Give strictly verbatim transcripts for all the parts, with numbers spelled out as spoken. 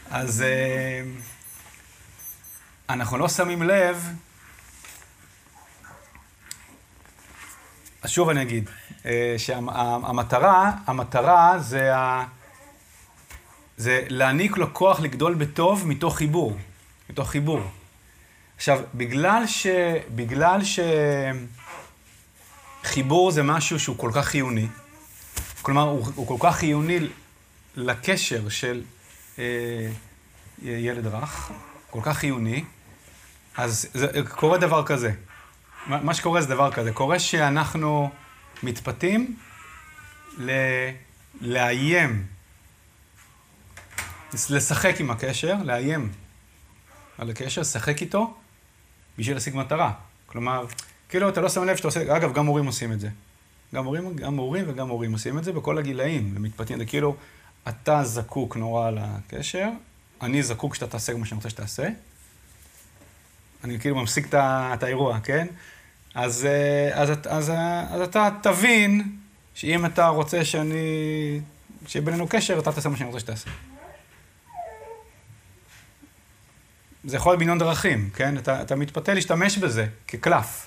אז אנחנו לא שמים לב, אז שוב אני אגיד, שהמטרה, המטרה זה, ה... זה להעניק לו כוח לגדול בטוב מתוך חיבור, מתוך חיבור. עכשיו, בגלל ש... בגלל שחיבור זה משהו שהוא כל כך חיוני, כלומר, הוא, הוא כל כך חיוני לקשר של אה, ילד רך, כל כך חיוני, אז זה, קורה דבר כזה. מה, מה שקורה זה דבר כזה. קורה שאנחנו מתפתים ל... לאיים, לשחק עם הקשר, לאיים על הקשר, לשחק איתו בשביל להשיג מטרה. כלומר, כאילו אתה לא שם לב שאתה עושה, אגב, גם מורים עושים את זה. גם מורים, גם מורים וגם מורים עושים את זה בכל הגילאים, ומתפתים, זה כאילו, אתה זקוק נורא על הקשר, אני זקוק שאתה תעשה מה שאני רוצה שתעשה, אני כאילו ממשיג את האירוע, כן? אז, אז, אז, אז, אז אתה תבין שאם אתה רוצה שאני, שיהיה בינינו קשר, אתה תעשה מה שאני רוצה שתעשה. זה יכול להיות בעניין דרכים, כן? אתה, אתה מתפתה להשתמש בזה כקלף.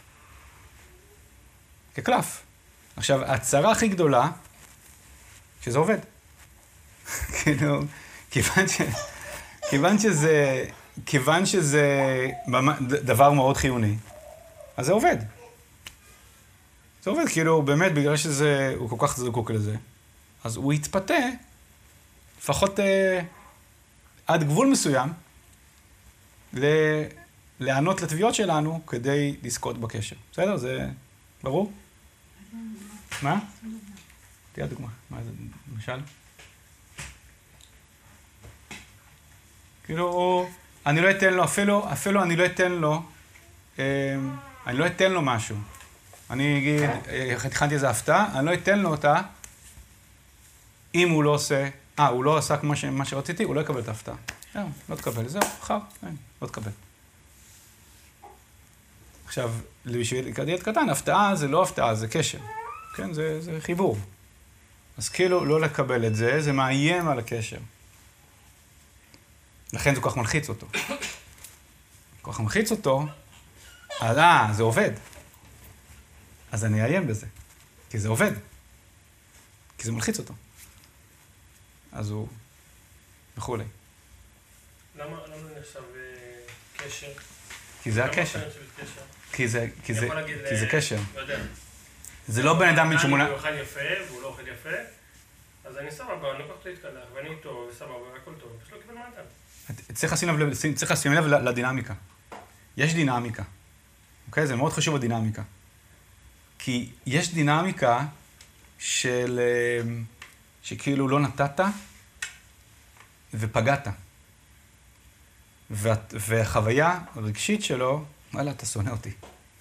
כקלף. עכשיו, הצרה הכי גדולה, שזה עובד. כאילו, כיוון ש... כיוון שזה... כיוון שזה דבר מאוד חיוני, אז זה עובד. זה עובד, כאילו, באמת, בגלל שזה... הוא כל כך זקוק לזה. אז הוא יתפתה, לפחות אה, עד גבול מסוים, ל... לענות לתביעות שלנו כדי לזכות בקשר. בסדר? זה ברור? מה? תהיה דוגמה. מה זה, למשל? כאילו, אני לא אתן לו, אפילו, אפילו אני לא אתן לו, אני לא אתן לו משהו. אני אגיד, הכנתי איזו הפתעה, אני לא אתן לו אותה, אם הוא לא עושה, אה, הוא לא עשה כמו מה שרציתי, הוא לא יקבל את ההפתעה. לא, לא תקבל, זהו, אחר, לא תקבל. עכשיו, בשביל ילד קטן, הפתעה זה לא הפתעה, זה קשר. כן, זה, זה חיבור. אז כאילו לא לקבל את זה, זה מאיים על הקשר. לכן זה כל כך מלחיץ אותו. כל כך מלחיץ אותו, אז אה, זה עובד. אז אני אאיים בזה, כי זה עובד. כי זה מלחיץ אותו. אז הוא... וכולי. למה לא נחשב קשר? כי זה הקשר. כי זה, כי זה, כי זה קשר. לא יודע. זה לא בן אדם בן שמונה... הוא אוכל יפה, והוא לא אוכל יפה, אז אני סבבה, אני לוקח אותו להתקלח, ואני איתו, וסבבה, והכל טוב, פשוט לא קיבל מעטה. צריך לשים לב, צריך לשים לב לדינמיקה. יש דינמיקה. אוקיי? זה מאוד חשוב הדינמיקה. כי יש דינמיקה של... שכאילו לא נתת ופגעת. והחוויה הרגשית שלו, וואלה, אתה שונא אותי.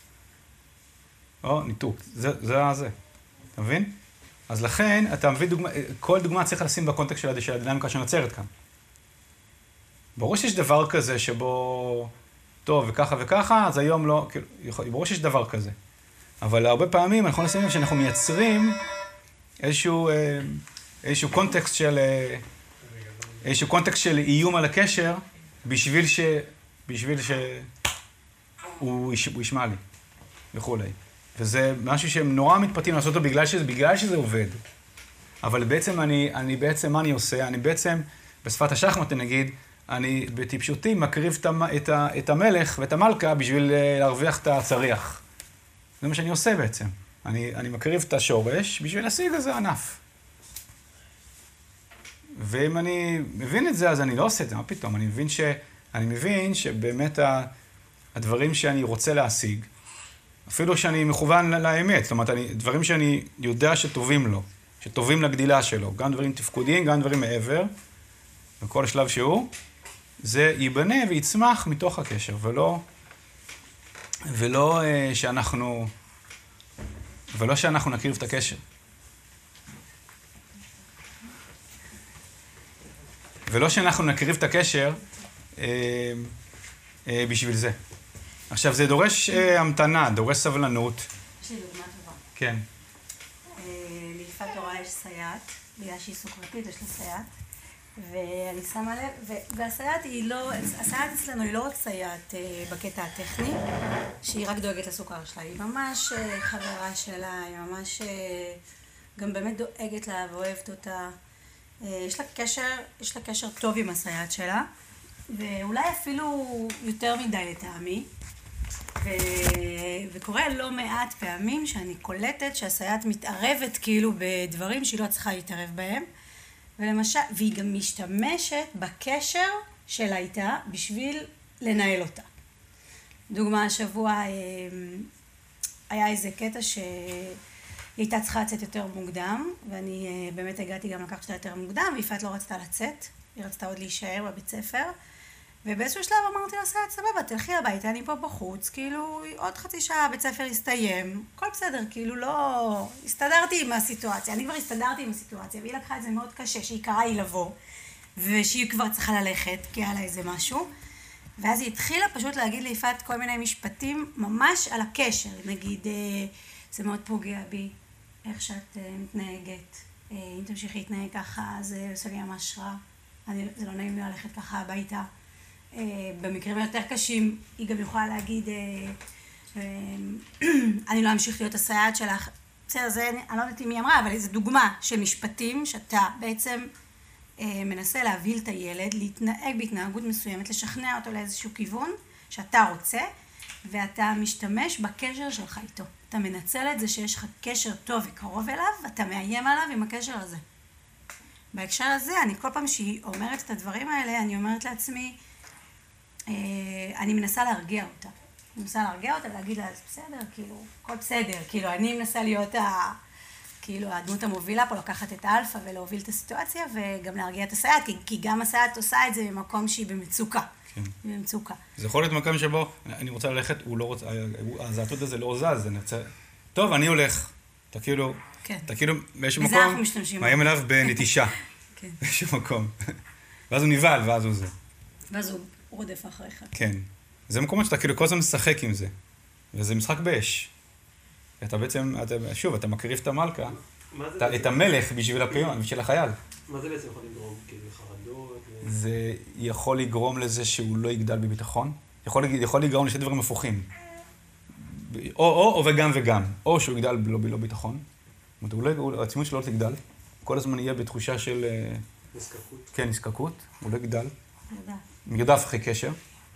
או, ניתוק. זה, זה זה. אתה מבין? אז לכן, אתה מביא דוגמה, כל דוגמה צריך לשים בקונטקסט של, של הדינמיקה שנוצרת כאן. ברור שיש דבר כזה שבו, טוב, וככה וככה, אז היום לא, כאילו, ברור שיש דבר כזה. אבל הרבה פעמים אנחנו נשים לב שאנחנו מייצרים איזשהו, איזשהו קונטקסט של, איזשהו קונטקסט של איום על הקשר, בשביל ש... בשביל שהוא ישמע לי, וכולי. וזה משהו שהם נורא מתפתים לעשות אותו בגלל שזה, בגלל שזה עובד. אבל בעצם אני, אני בעצם, מה אני עושה? אני בעצם, בשפת השחמט נגיד, אני בטיפשותי מקריב את, את, את המלך ואת המלכה בשביל להרוויח את הצריח. זה מה שאני עושה בעצם. אני, אני מקריב את השורש בשביל להשיג איזה ענף. ואם אני מבין את זה, אז אני לא עושה את זה, מה פתאום? אני מבין, ש... אני מבין שבאמת הדברים שאני רוצה להשיג, אפילו שאני מכוון לאמת, זאת אומרת, אני... דברים שאני יודע שטובים לו, שטובים לגדילה שלו, גם דברים תפקודיים, גם דברים מעבר, בכל שלב שהוא, זה ייבנה ויצמח מתוך הקשר, ולא, ולא שאנחנו, ולא שאנחנו נקריב את הקשר. ולא שאנחנו נקריב את הקשר אה, אה, בשביל זה. עכשיו, זה דורש אה, המתנה, דורש סבלנות. יש לי דוגמה טובה. כן. אה, ליפת תורה יש סייעת, בגלל שהיא סוכרתית, יש לה סייעת, ואני שמה לב, והסייעת היא לא, הסייעת אצלנו היא לא רק סייעת בקטע הטכני, שהיא רק דואגת לסוכר שלה, היא ממש חברה שלה, היא ממש גם באמת דואגת לה ואוהבת אותה. יש לה קשר, יש לה קשר טוב עם הסייעת שלה, ואולי אפילו יותר מדי לטעמי. ו... וקורה לא מעט פעמים שאני קולטת שהסייעת מתערבת כאילו בדברים שהיא לא צריכה להתערב בהם, ולמשל, והיא גם משתמשת בקשר שלה איתה בשביל לנהל אותה. דוגמה, השבוע היה איזה קטע שהיא הייתה צריכה לצאת יותר מוקדם, ואני באמת הגעתי גם לקחת אותה יותר מוקדם, ויפעת לא רצתה לצאת, היא רצתה עוד להישאר בבית ספר, ובאיזשהו שלב אמרתי לה, סייעת, סבבה, תלכי הביתה, אני פה בחוץ, כאילו, עוד חצי שעה בית ספר יסתיים, הכל בסדר, כאילו לא... הסתדרתי עם הסיטואציה, אני כבר הסתדרתי עם הסיטואציה, והיא לקחה את זה מאוד קשה, שהיא קראה לי לבוא, ושהיא כבר צריכה ללכת, כי היה לה איזה משהו, ואז היא התחילה פשוט להגיד ליפעת כל מיני משפטים, ממש על הקשר, נגיד, זה מאוד פוגע בי, איך שאת מתנהגת, אם תמשיכי להתנהג ככה, זה עושה לי ממש רע, אני, זה לא נעים לי ללכת ככה הביתה. במקרים היותר קשים, היא גם יכולה להגיד, אני לא אמשיך להיות הסייעת שלך. בסדר, זה, אני לא יודעת אם היא אמרה, אבל זו דוגמה של משפטים שאתה בעצם מנסה להבהיל את הילד, להתנהג בהתנהגות מסוימת, לשכנע אותו לאיזשהו כיוון שאתה רוצה, ואתה משתמש בקשר שלך איתו. אתה מנצל את זה שיש לך קשר טוב וקרוב אליו, ואתה מאיים עליו עם הקשר הזה. בהקשר הזה, אני כל פעם שהיא אומרת את הדברים האלה, אני אומרת לעצמי, אני מנסה להרגיע אותה. אני מנסה להרגיע אותה ולהגיד לה, זה בסדר, כאילו, הכל בסדר. כאילו, אני מנסה להיות ה... כאילו, הדמות המובילה פה, לקחת את האלפא ולהוביל את הסיטואציה, וגם להרגיע את הסייעת, כי, כי גם הסייעת עושה את זה במקום שהיא במצוקה. כן. היא במצוקה. זה יכול להיות מקום שבו, אני רוצה ללכת, הוא לא רוצה, הזעתות הזה לא זז, זה נרצה... טוב, אני הולך. אתה כאילו... כן. אתה כאילו, באיזשהו מקום... וזה אנחנו משתמשים. מאיים אליו בנטישה. כן. באיזשהו מקום. ואז הוא נבהל, ואז הוא זה. ואז הוא רודף אחריך. כן. זה מקומות שאתה כאילו כל הזמן משחק עם זה. וזה משחק באש. אתה בעצם, אתה, שוב, אתה מקריב את המלכה, אתה, את המלך בשביל הפיון, בשביל החייל. מה זה בעצם יכול לגרום? כאילו חרדות? זה יכול לגרום לזה שהוא לא יגדל בביטחון. יכול, יכול לגרום לשתי דברים הפוכים. או, או, או וגם וגם. או שהוא יגדל בלא, בלא ביטחון. זאת אומרת, הוא לא, העצמיות שלו לא תגדל. כל הזמן יהיה בתחושה של... נזקקות. כן, נזקקות. הוא לא יגדל. ידע. מרדף אחרי קשר.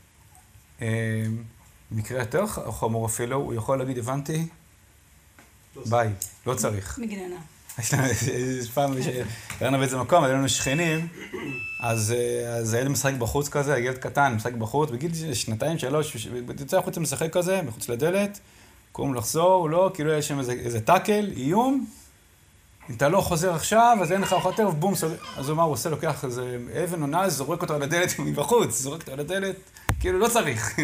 מקרה יותר חמור אפילו, הוא יכול להגיד, הבנתי, ביי, לא צריך. מגננה. יש לנו פעם, ראינו באיזה מקום, היו לנו שכנים, אז הילד משחק בחוץ כזה, הילד קטן, משחק בחוץ, בגיל שנתיים, שלוש, יוצא החוצה משחק כזה, מחוץ לדלת, קוראים לחזור, לא, כאילו יש שם איזה טאקל, איום, אם אתה לא חוזר עכשיו, אז אין לך אוכל יותר, ובום, אז הוא מה, הוא עושה, לוקח איזה אבן או נז, זורק אותו על הדלת מבחוץ, זורק אותו על הדלת, כאילו לא צריך.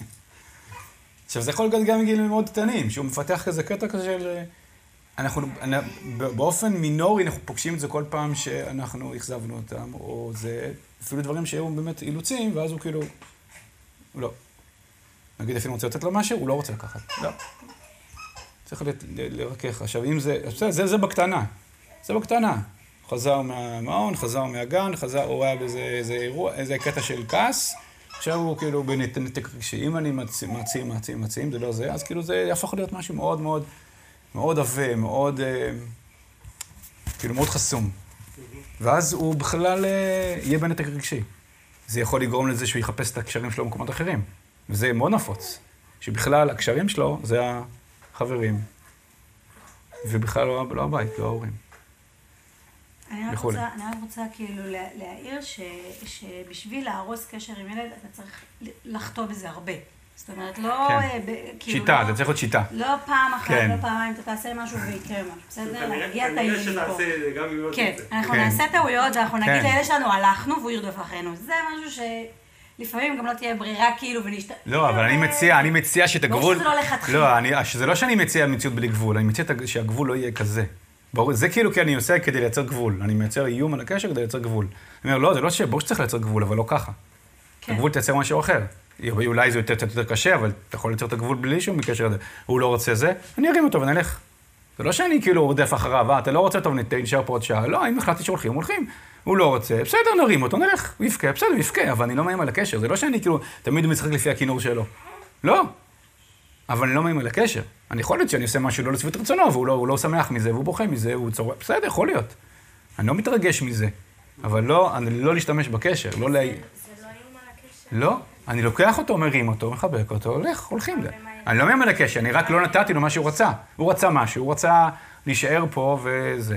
עכשיו, זה יכול להיות גם מגילים מאוד קטנים, שהוא מפתח כזה קטע כזה של... אנחנו, באופן מינורי, אנחנו פוגשים את זה כל פעם שאנחנו הכזבנו אותם, או זה אפילו דברים שהיו באמת אילוצים, ואז הוא כאילו... לא. נגיד, אפילו רוצה לתת לו משהו, הוא לא רוצה לקחת. לא. צריך לרכך. עכשיו, אם זה... זה, זה בקטנה. זה בקטנה. חזר מהמעון, חזר מהגן, חזר, הוא היה באיזה איזה אירוע, איזה קטע של כעס. עכשיו הוא כאילו בנתק רגשי. אם אני מעצים, מעצים, מעצים, מעצים, זה לא זה, אז כאילו זה יהפוך להיות משהו מאוד מאוד, מאוד עבה, מאוד, כאילו מאוד חסום. ואז הוא בכלל יהיה בנתק רגשי. זה יכול לגרום לזה שהוא יחפש את הקשרים שלו במקומות אחרים. וזה מאוד נפוץ. שבכלל הקשרים שלו זה החברים. ובכלל לא, לא הבית, לא ההורים. אני רק רוצה, אני רק רוצה כאילו להעיר ש, שבשביל להרוס קשר עם ילד, אתה צריך לחטוא בזה הרבה. זאת אומרת, לא... כן. ב, כאילו שיטה, לא, זה צריך להיות שיטה. לא פעם אחת, כן. לא פעמיים, אתה תעשה משהו ויקרה משהו. בסדר? להגיע את הילד פה. כנראה שתעשה גם אם לא תעשה. כן, אנחנו כן. נעשה טעויות, ואנחנו נגיד כן. לאלה שלנו, הלכנו והוא ירדוף אחרינו. זה משהו שלפעמים גם לא תהיה ברירה כאילו ונשת... לא, אבל אני מציע, אני מציע שאת הגבול... שזה לא לכתחילה. לא, אני, זה לא שאני מציע מציאות בלי גבול, אני מציע שהגבול לא יהיה כזה. ברור, זה כאילו כי אני עושה כדי לייצר גבול. אני מייצר איום על הקשר כדי לייצר גבול. אני אומר, לא, זה לא שברור שצריך לייצר גבול, אבל לא ככה. כן. הגבול תייצר משהו אחר. אולי זה יותר, יותר קשה, אבל אתה יכול לייצר את הגבול בלי שום מקשר לזה. הוא לא רוצה זה, אני ארים אותו ונלך. זה לא שאני כאילו רודף אחריו, אה, אתה לא רוצה טוב, נשאר פה עוד שעה. לא, אם החלטתי שהולכים, הולכים. הוא לא רוצה, בסדר, נרים אותו, נלך, הוא יפקע, בסדר, הוא יפקע, אבל אני לא מאיים על הקשר. זה לא שאני כאילו תמיד משחק לפי הכינור שלו. לא. אבל אני לא מאיים על הקשר. אני יכול להיות שאני עושה משהו לא לשביעות רצונו, והוא לא, הוא לא שמח מזה, והוא בוכה מזה, והוא צורק, בסדר, יכול להיות. אני לא מתרגש מזה. אבל לא, אני לא להשתמש בקשר, לא לה... זה לא איום על הקשר? לא. אני לוקח אותו, מרים אותו, מחבק אותו, הולך, הולכים. אני לא מאיים על הקשר, אני רק לא נתתי לו מה שהוא רצה. הוא רצה משהו, הוא רצה להישאר פה וזה,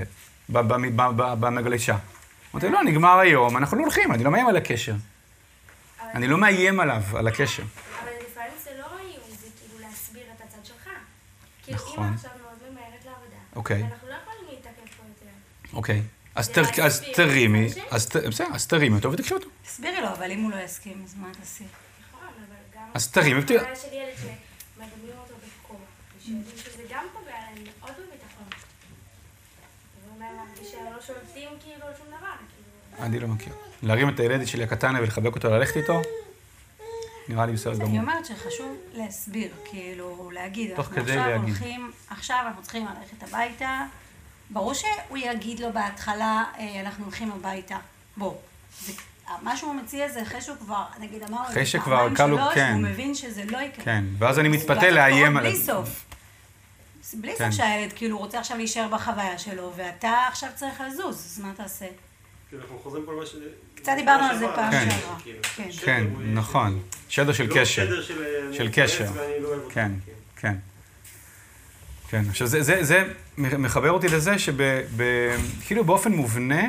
במגלשה. אמרתי, לא, נגמר היום, אנחנו לא הולכים, אני לא מאיים על הקשר. אני לא מאיים עליו, על הקשר. אבל לפעמים זה לא איום, זה כאילו להסביר את הצד שלך. כאילו, נכון. אמא עכשיו מאוד ממהרת לעבודה. אוקיי. ואנחנו לא יכולים להתעכב פה יותר. אוקיי. אז זה תר- להסביר אז את תרימי, הצד שלי. אז ת- בסדר, אז תרימי אותו ותקחי אותו. תסבירי לו, אבל אם הוא לא יסכים, אז מה תעשי? נכון, אבל גם... אז תרימי ותראה. הבעיה של ילד שמדמים אותו בקומה, ושיודעים שזה גם פוגע להם מאוד בביטחון. ואומר להם שהם לא שולטים כאילו על שום דבר, כאילו... אני לא מכיר. להרים את הילד שלי הקטן ולחבק אותו, ללכת איתו, נראה לי בסדר אני גמור. אומרת שחשוב להסביר, כאילו, להגיד, תוך אנחנו כדי עכשיו להגיד. הולכים, עכשיו אנחנו צריכים ללכת הביתה. ברור שהוא יגיד לו בהתחלה, אה, אנחנו הולכים הביתה. בוא, זה, מה שהוא מציע זה אחרי שהוא כבר, נגיד אמר, אחרי זה שכבר פעמיים, קלו, שלוש, כן. הוא מבין שזה לא יקרה. כן, ואז אני אז מתפתה אולי זה לאיים קורה עליו. בלי סוף. בלי כן. סוף שהילד כאילו רוצה עכשיו להישאר בחוויה שלו, ואתה עכשיו צריך לזוז, אז מה תעשה? כאילו, אנחנו חוזרים פה למה ש... קצת דיברנו על זה פעם כן. שעברה. כאילו, כן. שדר כן, הוא- נכון. שדר של לא קשר. שדר של... אני של מתפרץ קשר. ואני לא אוהב אותך, כן, כאילו. כן. כן, עכשיו זה, זה, זה מחבר אותי לזה שב, ב, כאילו באופן מובנה,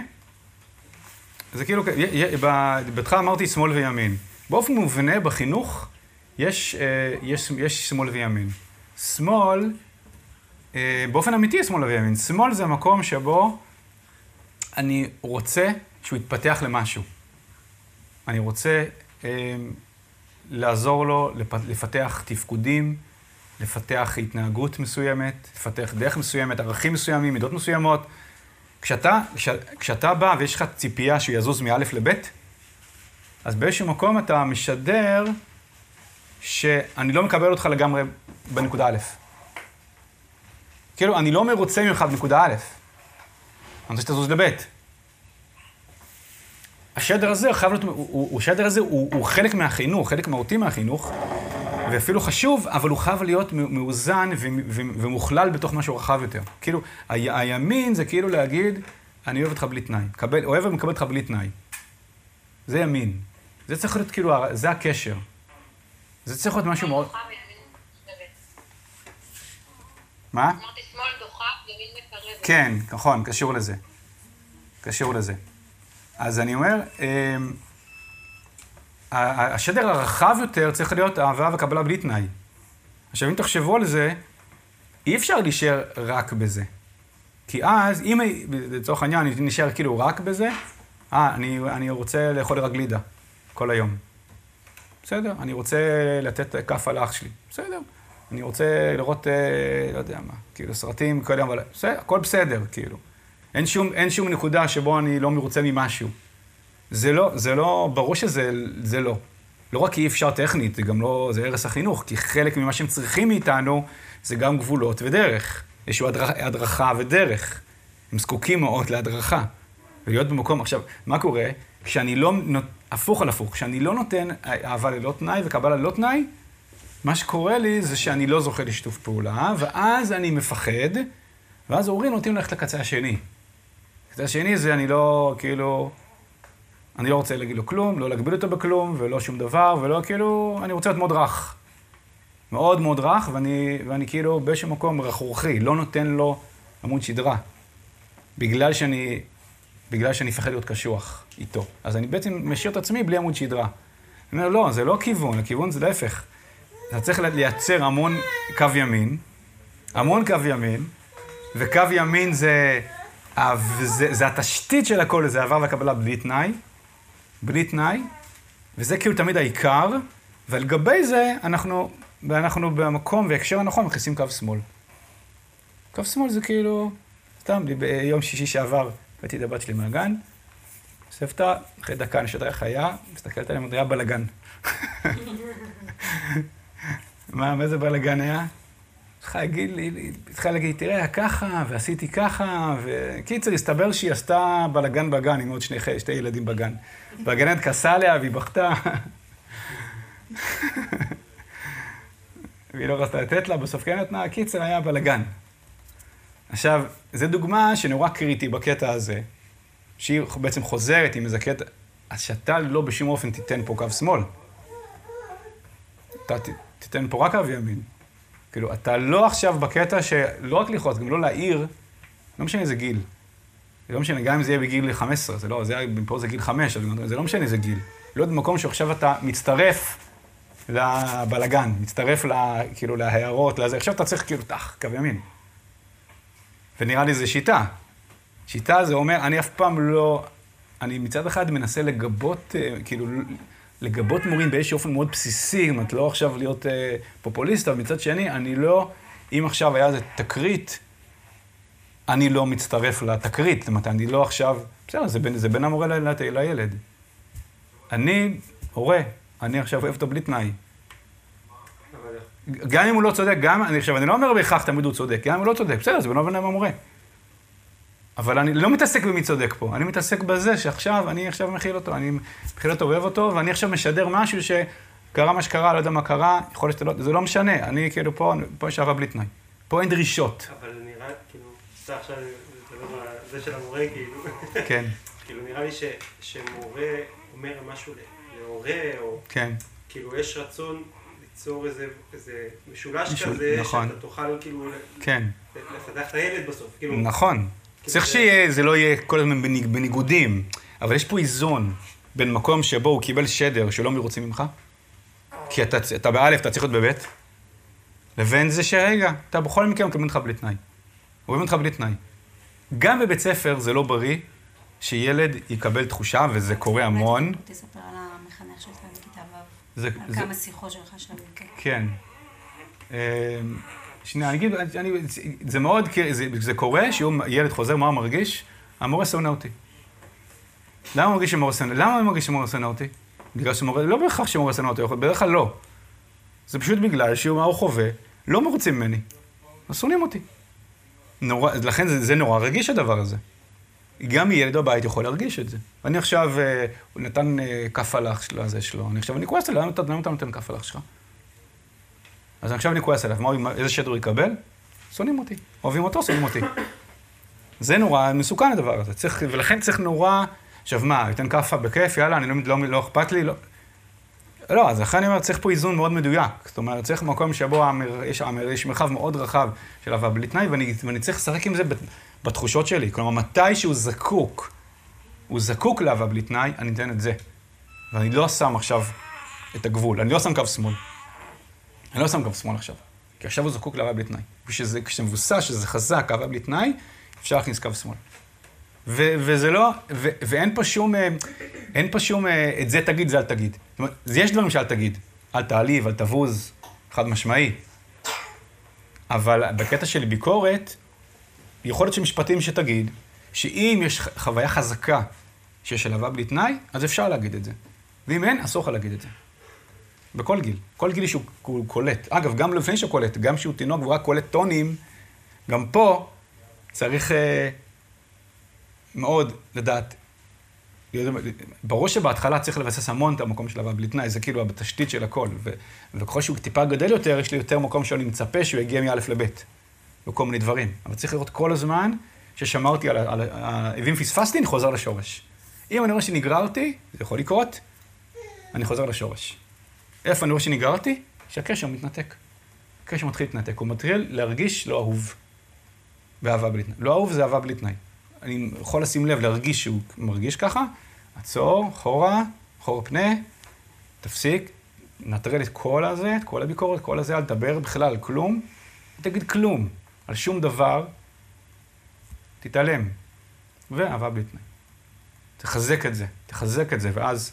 זה כאילו, י- י- ב- בתך אמרתי שמאל וימין. באופן מובנה בחינוך יש, אה, יש, יש שמאל וימין. שמאל, אה, באופן אמיתי שמאל וימין. שמאל זה המקום שבו אני רוצה שהוא יתפתח למשהו. אני רוצה אה, לעזור לו לפ- לפתח תפקודים, לפתח התנהגות מסוימת, לפתח דרך מסוימת, ערכים מסוימים, מידות מסוימות. כשאתה, כש, כשאתה בא ויש לך ציפייה שהוא יזוז מא' לב', אז באיזשהו מקום אתה משדר שאני לא מקבל אותך לגמרי בנקודה א'. כאילו, אני לא מרוצה ממך בנקודה א', אני רוצה שתזוז לב'. השדר הזה, חייב להיות, הוא, הוא, השדר הזה הוא, הוא חלק מהחינוך, חלק מהותי מהחינוך, ואפילו חשוב, אבל הוא חייב להיות מאוזן ו- ו- ומוכלל בתוך משהו רחב יותר. כאילו, ה- הימין זה כאילו להגיד, אני אוהב אותך בלי תנאי. קבל, אוהב ומקבל אותך בלי תנאי. זה ימין. זה צריך להיות כאילו, זה הקשר. זה צריך להיות משהו מאוד... מה? אמרתי, שמאל דוחה, ימין מקרבת. כן, נכון, קשור לזה. קשור לזה. אז אני אומר, אמ, ה- השדר הרחב יותר צריך להיות אהבה וקבלה בלי תנאי. עכשיו, אם תחשבו על זה, אי אפשר להישאר רק בזה. כי אז, אם לצורך העניין אני נשאר כאילו רק בזה, אה, אני, אני רוצה לאכול רק גלידה כל היום. בסדר, אני רוצה לתת כף על אח שלי. בסדר. אני רוצה לראות, אה, לא יודע מה, כאילו סרטים כל יום, אבל בסדר, הכל בסדר, כאילו. אין שום, אין שום נקודה שבו אני לא מרוצה ממשהו. זה לא, זה לא, ברור שזה זה לא. לא רק כי אי אפשר טכנית, זה גם לא, זה הרס החינוך, כי חלק ממה שהם צריכים מאיתנו, זה גם גבולות ודרך. יש הדרכה ודרך. הם זקוקים מאוד להדרכה. ולהיות במקום, עכשיו, מה קורה? כשאני לא, הפוך על הפוך, כשאני לא נותן אהבה ללא תנאי וקבלה ללא תנאי, מה שקורה לי זה שאני לא זוכה לשיתוף פעולה, ואז אני מפחד, ואז ההורים נוטים ללכת לקצה השני. הקצה השני זה אני לא, כאילו, אני לא רוצה להגיד לו כלום, לא להגביל אותו בכלום, ולא שום דבר, ולא כאילו, אני רוצה להיות מאוד רך. מאוד מאוד רך, ואני, ואני כאילו באיזשהו מקום רכרוכי, לא נותן לו עמוד שדרה. בגלל שאני, בגלל שאני מפחד להיות קשוח איתו. אז אני בעצם משאיר את עצמי בלי עמוד שדרה. אני אומר, לא, זה לא כיוון, הכיוון זה להפך. אתה צריך לייצר המון קו ימין, המון קו ימין, וקו ימין זה, זה, זה התשתית של הכל, זה עבר וקבלה בלי תנאי, בלי תנאי, וזה כאילו תמיד העיקר, ועל גבי זה אנחנו, אנחנו במקום והקשר הנכון מכניסים קו שמאל. קו שמאל זה כאילו, סתם, ביום שישי שעבר, הבאתי את הבת שלי מהגן, סבתא, אחרי דקה נשדרה חיה, מסתכלת עליהם, היה בלגן. מה, מאיזה בלגן היה? התחילה להגיד לי, התחילה להגיד, תראה, ככה, ועשיתי ככה, וקיצר, הסתבר שהיא עשתה בלגן בגן עם עוד שני, שתי ילדים בגן. והגננת כעסה עליה, והיא בכתה. והיא לא רצתה לתת לה, בסוף כן נתנה, קיצר היה בלגן. עכשיו, זו דוגמה שנורא קריטי בקטע הזה, שהיא בעצם חוזרת עם איזה קטע, אז שאתה לא בשום אופן תיתן פה קו שמאל. אתה תיתן פה רק קו ימין. כאילו, אתה לא עכשיו בקטע שלא רק לכעוס, גם לא להעיר, לא משנה איזה גיל. זה לא משנה, גם אם זה יהיה בגיל חמש עשרה, זה לא, זה, פה זה גיל חמש, זה לא משנה איזה גיל. לא במקום שעכשיו אתה מצטרף לבלגן, מצטרף לה, כאילו, להערות, לזה. עכשיו אתה צריך כאילו, תח, קו ימין. ונראה לי זה שיטה. שיטה זה אומר, אני אף פעם לא, אני מצד אחד מנסה לגבות, כאילו, לגבות מורים באיזשהו אופן מאוד בסיסי, זאת אומרת, לא עכשיו להיות אה, פופוליסט, אבל מצד שני, אני לא, אם עכשיו היה איזה תקרית, אני לא מצטרף לתקרית, זאת אומרת, אני לא עכשיו, בסדר, זה בין, זה בין המורה ל, לילד. אני הורה, אני עכשיו אוהב אותו בלי תנאי. גם אם הוא לא צודק, גם, אני עכשיו, אני לא אומר בהכרח תמיד הוא צודק, גם אם הוא לא צודק, בסדר, זה בנו בנו המורה. אבל אני לא מתעסק במי צודק פה, אני מתעסק בזה שעכשיו, אני עכשיו מכיל אותו, אני מכיל אותו, אוהב אותו, ואני עכשיו משדר משהו שקרה מה שקרה, לא יודע מה קרה, יכול להיות שזה לא משנה, אני כאילו פה, פה יש אהבה בלי תנאי. פה אין דרישות. אבל נראה, כאילו, זה עכשיו, זה של המורה, כאילו. כן. כאילו, נראה לי שמורה אומר משהו להורה, או... כן. כאילו, יש רצון ליצור איזה משולש כזה, שאתה תוכל, כאילו, לפתח את הילד בסוף. נכון. צריך שזה לא יהיה כל הזמן בניגודים, אבל יש פה איזון בין מקום שבו הוא קיבל שדר שלא מרוצים ממך, כי אתה, אתה באלף, אתה צריך להיות בבית, לבין זה שרגע, אתה בכל מקרה מקבל אותך בלי תנאי. אוהבים אותך בלי תנאי. גם בבית ספר זה לא בריא שילד יקבל תחושה, וזה קורה המון. תספר על המחנך שלך בכיתה ו', זה, על זה, כמה שיחות שלך שם. כן. שנייה, אני אגיד, אני, זה מאוד, זה, זה קורה שילד חוזר, מה הוא מרגיש? המורה שונא אותי. למה הוא מרגיש שמורה שונא? למה הוא מרגיש שמורה שונא אותי? בגלל שמורה, לא בהכרח שמורה שונא אותי, בדרך כלל לא. זה פשוט בגלל שהוא, מה הוא חווה, לא מרוצים ממני. אז שונאים אותי. נורא, לכן זה, זה נורא רגיש הדבר הזה. גם ילד בבית יכול להרגיש את זה. אני עכשיו, הוא נתן כף הלך לזה שלו, אני עכשיו, אני כועס עליו, למה אתה נותן כף הלך שלך? אז עכשיו אני כועס עליו, מה, איזה שדר הוא יקבל? שונאים אותי. אוהבים אותו, שונאים אותי. זה נורא מסוכן הדבר הזה. צריך, ולכן צריך נורא, עכשיו מה, ייתן כפה בכיף, יאללה, אני לא, לא, לא אכפת לי, לא. לא, אז לכן אני אומר, צריך פה איזון מאוד מדויק. זאת אומרת, צריך מקום שבו המר, יש, המר, יש מרחב מאוד רחב של אהבה בלי תנאי, ואני, ואני צריך לשחק עם זה בתחושות שלי. כלומר, מתי שהוא זקוק, הוא זקוק לאהבה בלי תנאי, אני אתן את זה. ואני לא שם עכשיו את הגבול, אני לא שם קו שמאל. אני לא שם קו שמאל עכשיו, כי עכשיו הוא זקוק לאהבה בלי תנאי. כשזה, כשזה מבוסס, שזה חזק, אהבה בלי תנאי, אפשר להכניס קו שמאל. ו- וזה לא, ו- ואין פה שום, אין פה שום, את זה תגיד, זה אל תגיד. זאת אומרת, יש דברים שאל תגיד. אל תעליב, אל תבוז, חד משמעי. אבל בקטע של ביקורת, יכול להיות שמשפטים שתגיד, שאם יש חוויה חזקה שיש של אהבה בלי תנאי, אז אפשר להגיד את זה. ואם אין, אסור לך להגיד את זה. בכל גיל. כל גיל שהוא קולט. אגב, גם לפני שהוא קולט, גם שהוא תינוק והוא רק קולט טונים, גם פה צריך אה, מאוד לדעת. ברור שבהתחלה צריך לבסס המון את המקום של אהבה בלי תנאי, זה כאילו בתשתית של הכל. ו- וככל שהוא טיפה גדל יותר, יש לי יותר מקום שאני מצפה שהוא יגיע מא' לב' וכל מיני דברים. אבל צריך לראות כל הזמן ששמרתי על ה... על ה- ואם פספסתי, אני חוזר לשורש. אם אני רואה שנגררתי, זה יכול לקרות, אני חוזר לשורש. איפה אני רואה שנגררתי? שהקשר מתנתק. הקשר מתחיל להתנתק. הוא מתחיל להרגיש לא אהוב באהבה בלי תנאי. לא אהוב זה אהבה בלי תנאי. אני יכול לשים לב, להרגיש שהוא מרגיש ככה, עצור, חורה, חור פנה, תפסיק, נטרל את כל הזה, את כל הביקורת, כל הזה, אל תדבר בכלל על כלום, תגיד כלום, על שום דבר, תתעלם. ואהבה בלי תנאי. תחזק את זה, תחזק את זה, ואז...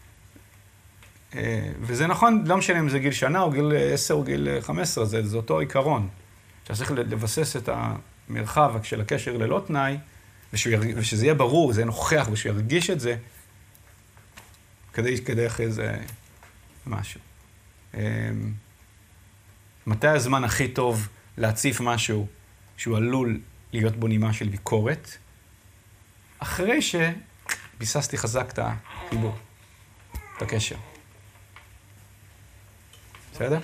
וזה נכון, לא משנה אם זה גיל שנה או גיל עשר או גיל חמש עשרה, זה, זה אותו עיקרון. שאתה צריך לבסס את המרחב של הקשר ללא תנאי, ירג... ושזה יהיה ברור, זה יהיה נוכח, ושהוא ירגיש את זה, כדי, כדי אחרי זה משהו. מתי הזמן הכי טוב להציף משהו שהוא עלול להיות בו נימה של ביקורת, אחרי שביססתי חזק את החיבור, את הקשר. בסדר?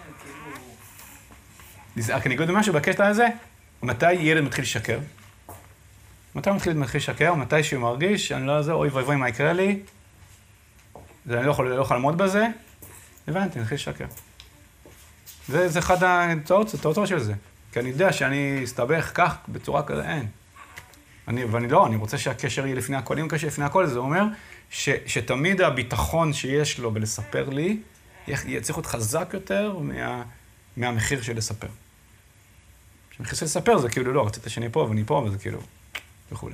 רק אני אגיד משהו בקטע הזה, מתי ילד מתחיל לשקר? מתי הוא מתחיל לשקר? מתי שהוא מרגיש, אני לא יודע, אוי ואי ואי מה יקרה לי, אני לא יכול, לא יכול לעמוד בזה, הבנתי, אני מתחיל לשקר. זה, זה אחד התוצאות של זה. כי אני יודע שאני אסתבך כך, בצורה כזה, אין. אני, ואני לא, אני רוצה שהקשר יהיה לפני הכל. אם קשר לפני הכל, זה אומר ש, שתמיד הביטחון שיש לו בלספר לי, צריך להיות חזק יותר מה, מהמחיר של לספר. המחיר של לספר זה כאילו, לא, רצית שאני פה ואני פה, וזה כאילו, וכו'.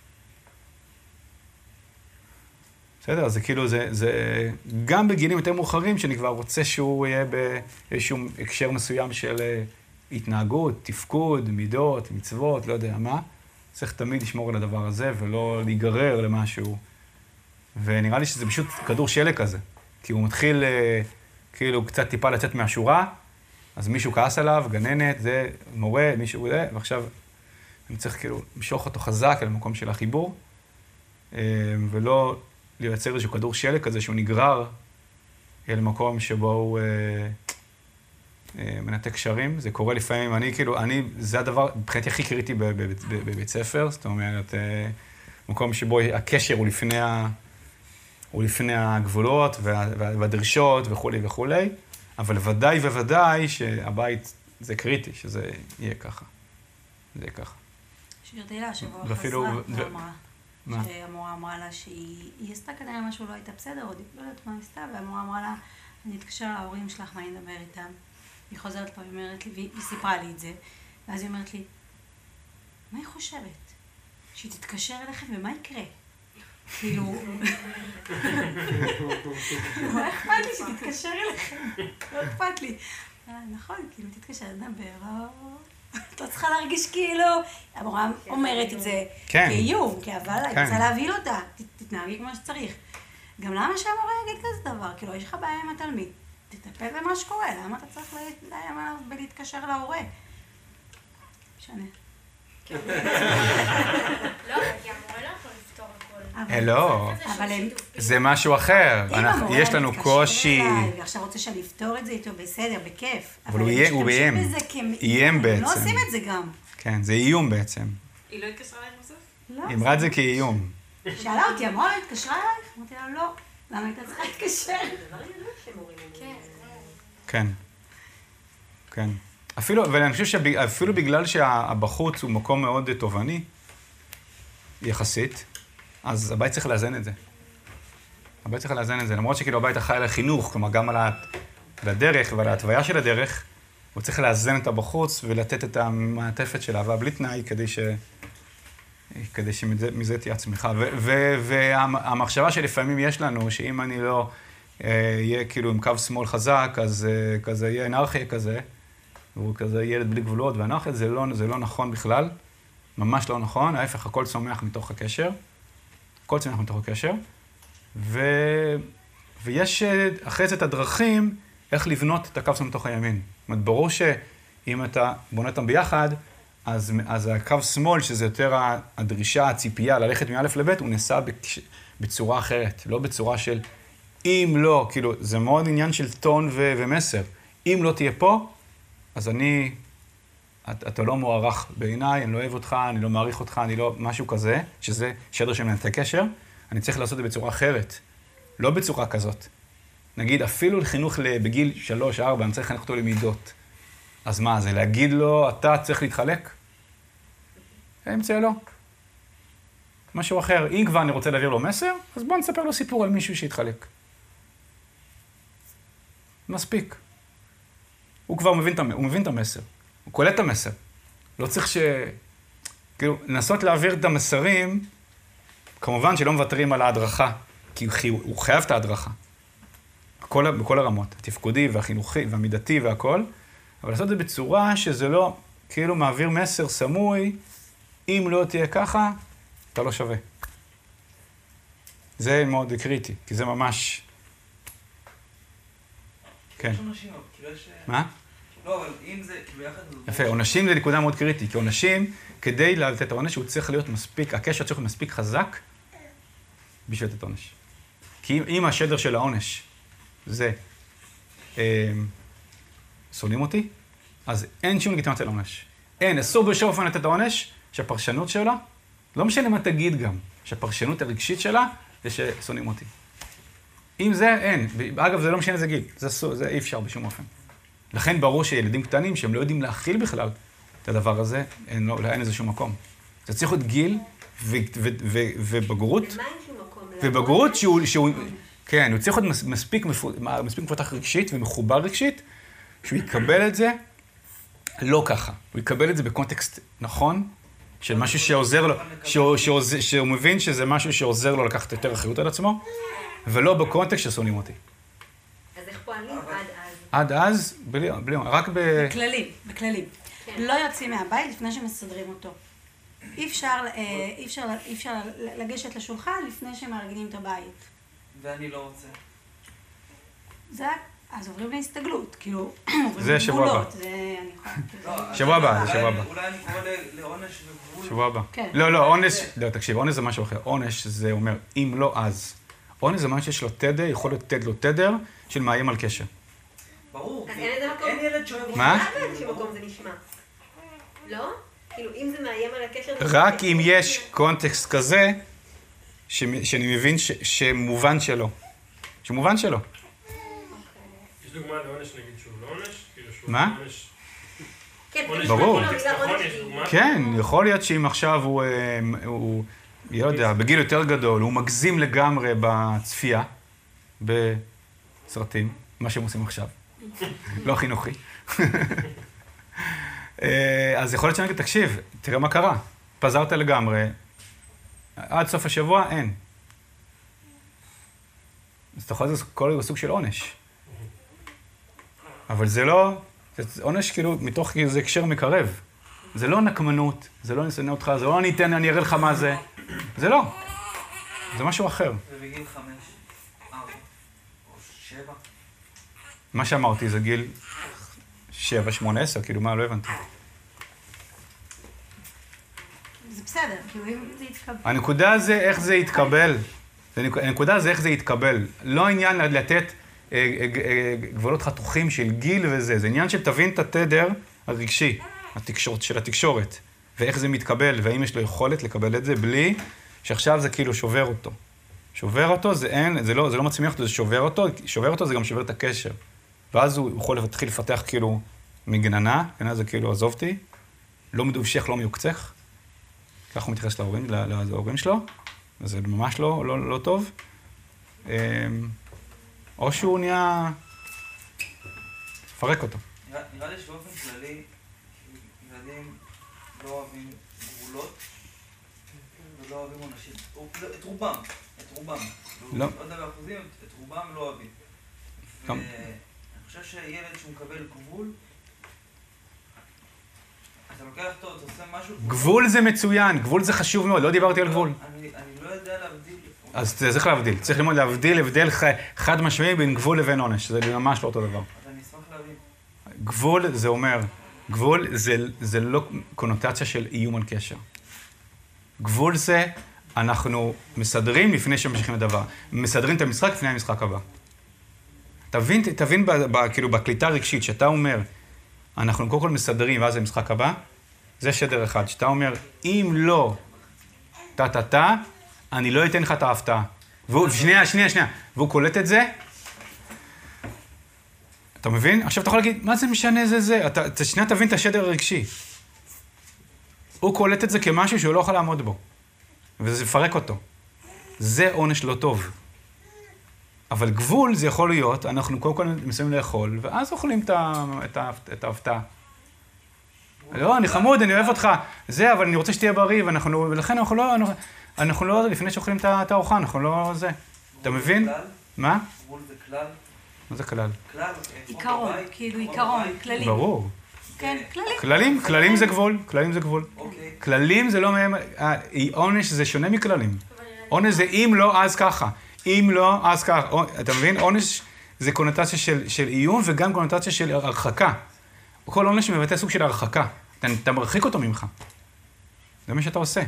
בסדר? אז זה כאילו, זה, זה גם בגילים יותר מאוחרים, שאני כבר רוצה שהוא יהיה באיזשהו הקשר מסוים של התנהגות, תפקוד, מידות, מצוות, לא יודע מה. צריך תמיד לשמור על הדבר הזה, ולא להיגרר למשהו. ונראה לי שזה פשוט כדור שלג כזה. כי הוא מתחיל כאילו קצת טיפה לצאת מהשורה, אז מישהו כעס עליו, גננת, זה מורה, מישהו זה, ועכשיו אני צריך כאילו למשוך אותו חזק אל המקום של החיבור, ולא לייצר איזשהו כדור שלג כזה שהוא נגרר אל מקום שבו הוא אה, אה, מנתק קשרים. זה קורה לפעמים, אני כאילו, אני, זה הדבר, מבחינתי הכי קריטי בבית ספר, זאת אומרת, אה, מקום שבו הקשר הוא לפני, ה, הוא לפני הגבולות וה, וה, והדרישות וכולי וכולי, אבל ודאי וודאי שהבית זה קריטי, שזה יהיה ככה. זה יהיה ככה. שירתי לה, השבוע חזרה ואמרה. שהמורה אמרה לה שהיא עשתה כנראה משהו לא הייתה בסדר, או לא יודעת מה עשתה, והמורה אמרה לה, אני אתקשר להורים שלך, מה אני אדבר איתם? היא חוזרת פה, היא אומרת לי, והיא סיפרה לי את זה, ואז היא אומרת לי, מה היא חושבת? שהיא תתקשר אליכם ומה יקרה? כאילו, מה אכפת לי שתתקשר אליכם? לא אכפת לי. נכון, כאילו, תתקשר, נדבר, לא... את לא צריכה להרגיש כאילו, המורה אומרת את זה כאיום, כי אבל אני רוצה להבהיל אותה, תתנהגי כמו שצריך. גם למה שהמורה יגיד כזה דבר? כאילו, יש לך בעיה עם התלמיד, תטפל במה שקורה, למה אתה צריך לאיים עליו ולהתקשר להורה? משנה. לא, כי המורה לא יכול לפתור הכל. לא, זה משהו אחר. יש לנו קושי. ועכשיו רוצה שאני אפתור את זה איתו בסדר, בכיף. אבל הוא ביים. איים בעצם. לא עושים את זה גם. כן, זה איום בעצם. היא לא התקשרה אליך בסוף? לא. היא אמרה את זה כאיום. שאלה אותי, המורה התקשרה אלייך? אמרתי לה, לא. למה היית צריכה להתקשר? כן. כן. אפילו, ואני חושב שאפילו בגלל שהבחוץ הוא מקום מאוד תובעני, יחסית, אז הבית צריך לאזן את זה. הבית צריך לאזן את זה, למרות שכאילו הבית אחראי על החינוך, כלומר גם על הדרך ועל ההתוויה של הדרך, הוא צריך לאזן את הבחוץ ולתת את המעטפת של אהבה בלי תנאי, כדי ש... כדי שמזה תהיה הצמיחה. והמחשבה שלפעמים יש לנו, שאם אני לא אהיה כאילו עם קו שמאל חזק, אז כזה יהיה אנרכיה כזה, והוא כזה ילד בלי גבולות, ואנרכיה זה לא, זה לא נכון בכלל, ממש לא נכון, ההפך, הכל צומח מתוך הקשר, הכל צומח מתוך הקשר, ו... ויש אחרי זה את הדרכים איך לבנות את הקו שמאל מתוך הימין. זאת אומרת, ברור שאם אתה בונה אותם ביחד, אז, אז הקו שמאל, שזה יותר הדרישה, הציפייה, ללכת מא' לב', הוא נעשה בצורה אחרת, לא בצורה של אם לא, כאילו, זה מאוד עניין של טון ו- ומסר. אם לא תהיה פה, אז אני, אתה, אתה לא מוערך בעיניי, אני לא אוהב אותך, אני לא מעריך אותך, אני לא, משהו כזה, שזה שדר שמנתק קשר, אני צריך לעשות את זה בצורה אחרת, לא בצורה כזאת. נגיד, אפילו לחינוך בגיל שלוש, ארבע, אני צריך לחנך אותו למידות. אז מה, זה להגיד לו, אתה צריך להתחלק? אמצע לא. משהו אחר. אם כבר אני רוצה להעביר לו מסר, אז בוא נספר לו סיפור על מישהו שהתחלק. מספיק. הוא כבר מבין, הוא מבין את המסר. הוא קולט את המסר. לא צריך ש... כאילו, לנסות להעביר את המסרים, כמובן שלא מוותרים על ההדרכה, כי הוא חייב את ההדרכה. בכל, בכל הרמות, התפקודי והחינוכי והמידתי והכל, אבל לעשות את זה בצורה שזה לא, כאילו מעביר מסר סמוי, אם לא תהיה ככה, אתה לא שווה. זה מאוד קריטי, כי זה ממש... כן. יש אנשים, כאילו יש... מה? לא, אבל אם זה ביחד... יפה, עונשים זה נקודה מאוד קריטית, כי עונשים, כדי לתת עונש, הוא צריך להיות מספיק, הקשר צריך להיות מספיק חזק בשביל לתת עונש. כי אם השדר של העונש זה שונאים אותי, אז אין שום לגיטימציה לעונש. אין, אסור בשום אופן לתת העונש, שהפרשנות שלה, לא משנה מה תגיד גם, שהפרשנות הרגשית שלה זה ששונאים אותי. אם זה, אין. אגב, זה לא משנה איזה גיל, זה, זה אי אפשר בשום אופן. לכן ברור שילדים קטנים שהם לא יודעים להכיל בכלל את הדבר הזה, אין, לא, אין איזה שום מקום. זה צריך להיות גיל ו, ו, ו, ובגרות. למה אין שום מקום? ובגרות שהוא, שהוא, כן, הוא צריך להיות מספיק, מספיק מפותח רגשית ומחובר רגשית, שהוא יקבל את זה לא ככה. הוא יקבל את זה בקונטקסט נכון, של משהו שעוזר לו, שהוא, שעוזר, שהוא מבין שזה משהו שעוזר לו לקחת יותר אחריות על עצמו, ולא בקונטקסט ששונאים אותי. אז איך פועלים עד אז? עד אז, בלי, בלי, רק ב... בכללים, בכללים. לא יוצאים מהבית לפני שמסדרים אותו. אי אפשר, אי אפשר, אי אפשר לגשת לשולחן לפני שמארגנים את הבית. ואני לא רוצה. זה, אז עוברים להסתגלות, כאילו, זה שבוע הבא. זה אני יכולה... שבוע הבא, זה שבוע הבא. אולי אני קורא לעונש וגבול. שבוע הבא. לא, לא, עונש, לא, תקשיב, עונש זה משהו אחר. עונש זה אומר, אם לא אז. עונש זה משהו שיש לו תדר, יכול להיות תד לו תדר, של מאיים על קשר. ברור. אז אין איזה מקום? אין ילד שאוהב... מה? באיזשהו מקום זה נשמע. לא? כאילו, אם זה מאיים על הקשר... רק אם יש קונטקסט כזה, שאני מבין שמובן שלו. שמובן שלו. יש דוגמה לעונש נגיד שהוא לא עונש? מה? כן, ברור. דוגמה? כן, יכול להיות שאם עכשיו הוא, הוא, לא יודע, בגיל יותר גדול, הוא מגזים לגמרי בצפייה, בסרטים, מה שהם עושים עכשיו. לא חינוכי. אז יכול להיות שאני אגיד, תקשיב, תראה מה קרה. פזרת לגמרי, עד סוף השבוע אין. אז אתה יכול לעשות כל סוג של עונש. אבל זה לא, זה עונש כאילו, מתוך זה הקשר מקרב. זה לא נקמנות, זה לא נסנה אותך, זה לא אני אתן, אני אראה לך מה זה. זה לא. זה משהו אחר. ובגיל חמש, ארבע, או שבע. מה שאמרתי זה גיל שבע, שמונה, עשר, כאילו מה, לא הבנתי. זה בסדר, כאילו אם זה יתקבל. הנקודה זה איך זה יתקבל. הנקודה זה איך זה יתקבל. לא עניין לתת גבולות חתוכים של גיל וזה. זה עניין שתבין את התדר הרגשי, התקשורת, של התקשורת, ואיך זה מתקבל, והאם יש לו יכולת לקבל את זה בלי שעכשיו זה כאילו שובר אותו. שובר אותו זה אין, זה לא, זה לא מצמיח אותו, זה שובר אותו, שובר אותו זה גם שובר את הקשר. ואז הוא יכול להתחיל לפתח כאילו מגננה, גננה זה כאילו עזוב אותי, לא מדובשך, לא מיוקצך. ככה הוא מתייחס להורים, להורים שלו, זה ממש לא, לא, לא טוב. או שהוא נהיה... פרק אותו. נראה, נראה לי שבאופן כללי, ילדים לא אוהבים גבולות, ולא אוהבים עונשים. את רובם, את רובם. לא. עוד דבר אחוזים, את רובם לא אוהבים. גם. אני חושב שילד שהוא מקבל גבול, אתה לוקח אותו, אתה עושה משהו... גבול זה מצוין, גבול זה חשוב מאוד, לא דיברתי על גבול. אני, אני לא יודע להבדיל... אז צריך להבדיל, צריך ללמוד להבדיל, הבדל חד משמעי בין גבול לבין עונש, זה ממש לא אותו דבר. אז אני אשמח להבין. גבול זה אומר, גבול זה, זה לא קונוטציה של איום על קשר. גבול זה, אנחנו מסדרים לפני שממשיכים לדבר. מסדרים את המשחק לפני המשחק הבא. תבין, תבין ב, ב, כאילו בקליטה הרגשית, שאתה אומר, אנחנו קודם כל מסדרים ואז זה המשחק הבא, זה שדר אחד. שאתה אומר, אם לא, טה-טה-טה, אני לא אתן לך את ההפתעה. והוא, שנייה, שנייה, שנייה. והוא קולט את זה. אתה מבין? עכשיו אתה יכול להגיד, מה זה משנה זה זה? אתה, אתה שנייה תבין את השדר הרגשי. הוא קולט את זה כמשהו שהוא לא יכול לעמוד בו. וזה מפרק אותו. זה עונש לא טוב. אבל גבול זה יכול להיות, אנחנו קודם כל מסיימים לאכול, ואז אוכלים את ההפתעה. לא, אני חמוד, אני אוהב אותך. זה, אבל אני רוצה שתהיה בריא, ולכן אנחנו לא... אנחנו לא, לפני שאוכלים את הארוחה, אנחנו לא זה. אתה מבין? מה? גבול זה כלל? מה זה כלל? כלל. עיקרון, כאילו עיקרון, כללים. ברור. כן, כללים. כללים, כללים זה גבול, כללים זה גבול. כללים זה לא מהם, עונש זה שונה מכללים. עונש זה אם לא, אז ככה. אם לא, אז ככה. אתה מבין? עונש זה קונוטציה של איום וגם קונוטציה של הרחקה. כל עונש מבטא סוג של הרחקה. אתה, אתה מרחיק אותו ממך. זה מה שאתה עושה.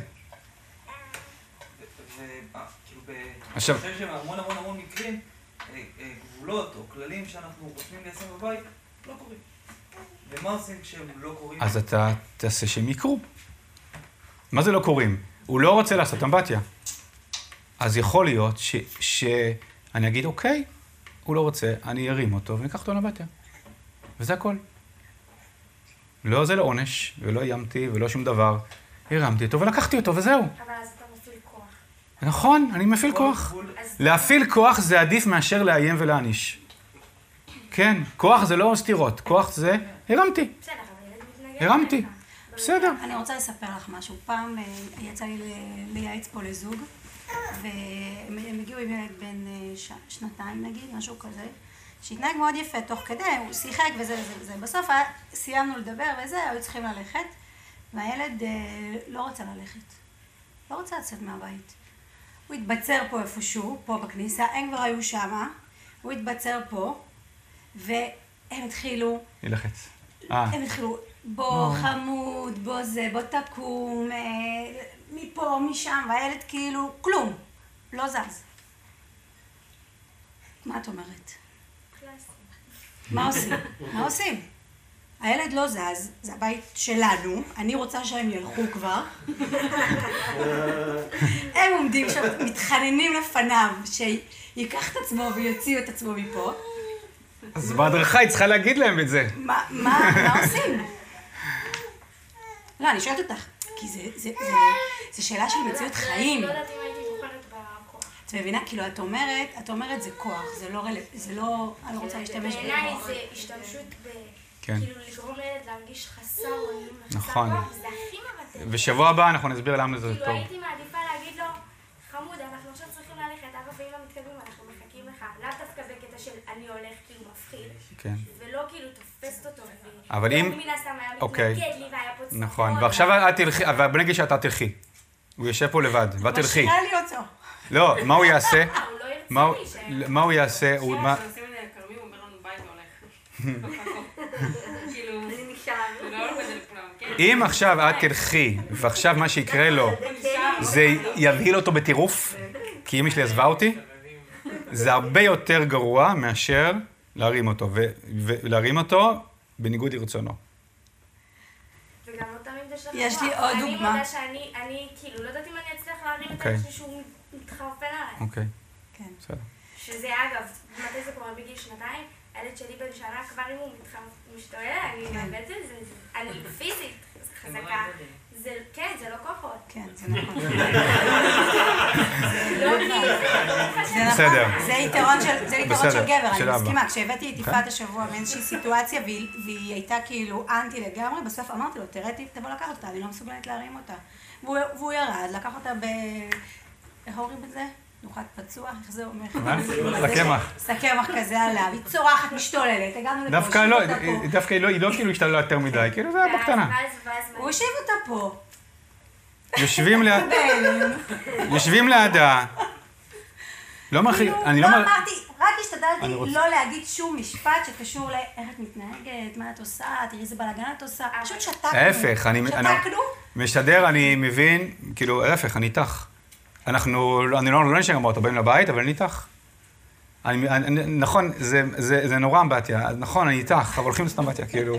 עכשיו, אני חושב שהמון המון המון מקרים, גבולות או כללים שאנחנו רוצים ליישם בבית, לא קורים. ומה עושים כשהם לא קורים? אז אתה תעשה שהם יקרו. מה זה לא קורים? הוא לא רוצה לעשות אמבטיה. אז יכול להיות ש, שאני אגיד, אוקיי, הוא לא רוצה, אני ארים אותו וניקח אותו לאמבטיה. וזה הכל. לא זה לא עונש, ולא איימתי, ולא שום דבר. הרמתי אותו ולקחתי אותו, וזהו. אבל אז אתה מפעיל כוח. נכון, אני מפעיל כוח. להפעיל כוח זה עדיף מאשר לאיים ולהעניש. כן, כוח זה לא סתירות, כוח זה הרמתי. בסדר, אבל ילד מתנגד. הרמתי. בסדר. אני רוצה לספר לך משהו. פעם יצא לי לייעץ פה לזוג, והם הגיעו עם ילד בן שנתיים נגיד, משהו כזה, שהתנהג מאוד יפה תוך כדי, הוא שיחק וזה וזה וזה. בסוף סיימנו לדבר וזה, היו צריכים ללכת, והילד לא רצה ללכת. לא רוצה לצאת מהבית. הוא התבצר פה איפשהו, פה בכניסה, הם כבר היו שמה, הוא התבצר פה, והם התחילו... ילחץ. הם התחילו, בוא חמוד, בוא זה, בוא תקום, מפה, משם, והילד כאילו, כלום, לא זז. מה את אומרת? מה עושים? מה עושים? הילד לא זז, זה הבית שלנו, אני רוצה שהם ילכו כבר. הם עומדים שם, מתחננים לפניו, שיקח את עצמו ויוציאו את עצמו מפה. אז בהדרכה היא צריכה להגיד להם את זה. מה, מה, מה עושים? לא, אני שואלת אותך, כי זה, זה, זה, זה שאלה של מציאות חיים. לא יודעת אם הייתי בוחרת בכוח. את מבינה? כאילו, את אומרת, את אומרת זה כוח, זה לא, זה לא, אני לא רוצה להשתמש בכוח. בעיניי זה השתמשות ב... כאילו לגרום לילד להרגיש חסר אונים, נכון. זה הכי מבטא. ושבוע הבא אנחנו נסביר למה זה טוב. כאילו הייתי מעדיפה להגיד לו, חמוד, אנחנו עכשיו צריכים ללכת, אבא ואמא מתקדמים, אנחנו מחכים לך. לאו דווקא בקטע של אני הולך כאילו מפחיד. כן. ולא כאילו תופסת אותו. אבל אם... הוא מן הסתם היה מתנגד לי והיה פה צפון. נכון, ועכשיו את תלכי, אבל בוא נגיד שאתה תלכי. הוא יושב פה לבד, ואת תלכי. משאירה לי אותו. לא, מה הוא יעשה? הוא לא ירצה לי. מה הוא יעשה? כשעושים את זה כרמי, הוא אומר לנו ביי והולך. אני נשאר. זה לא הולך את זה לכולם, כן? אם עכשיו את תלכי, ועכשיו מה שיקרה לו, זה יבהיל אותו בטירוף, כי אמא שלי עזבה אותי, זה הרבה יותר גרוע מאשר להרים אותו, ולהרים אותו בניגוד לרצונו. וגם לא תמיד יש לך כוח. יש לי עוד אני דוגמה. מודה שאני, אני כאילו, לא יודעת אם אני אצליח להרים את אוקיי. זה שהוא מתחרפן עליי. אוקיי, כן. בסדר. שזה אגב, מתי זה קורה בגיל שנתיים, הילד שלי בן שנה כבר אם הוא משתולל, אני מאבדת את זה, אני פיזית חזקה. זה, כן, זה לא כוחות. כן, זה נכון. זה לא כי זה בסדר. זה יתרון של, זה יתרון של גבר, אני שאלה מסכימה. כשהבאתי את יפעת השבוע מאיזושהי סיטואציה, והיא והיא הייתה כאילו אנטי לגמרי, בסוף אמרתי לו, תראה, תבוא לקחת אותה, אני לא מסוגלת להרים אותה. והוא והוא ירד, לקח אותה ב... איך אומרים את זה? נוחת פצוע, איך זה אומר? סכמח. סכמח כזה עליו, היא צורחת, משתוללת, הגענו לפה, דווקא הושיב לא, אותה פה. דווקא היא לא כאילו השתללה יותר מדי, כאילו זה היה בקטנה. ואז, ואז, הוא הושיב אותה פה. יושבים ליד... יושבים לידה. לא מרחיק... אני לא לא מר... אמרתי, רק השתדלתי אני רוצה- לא להגיד שום משפט שקשור לאיך את מתנהגת, מה את עושה, תראי איזה בלאגן את עושה. פשוט שתקנו. ההפך, אני... אני- שתקנו? משדר, אני מבין, כאילו, ההפך, אני איתך. אנחנו, אני לא, לא נשאר באוטו, באים לבית, אבל אני איתך. אני, אני, נכון, זה, זה, זה נורא אמבטיה, נכון, אני איתך, אבל הולכים לעשות אמבטיה, כאילו.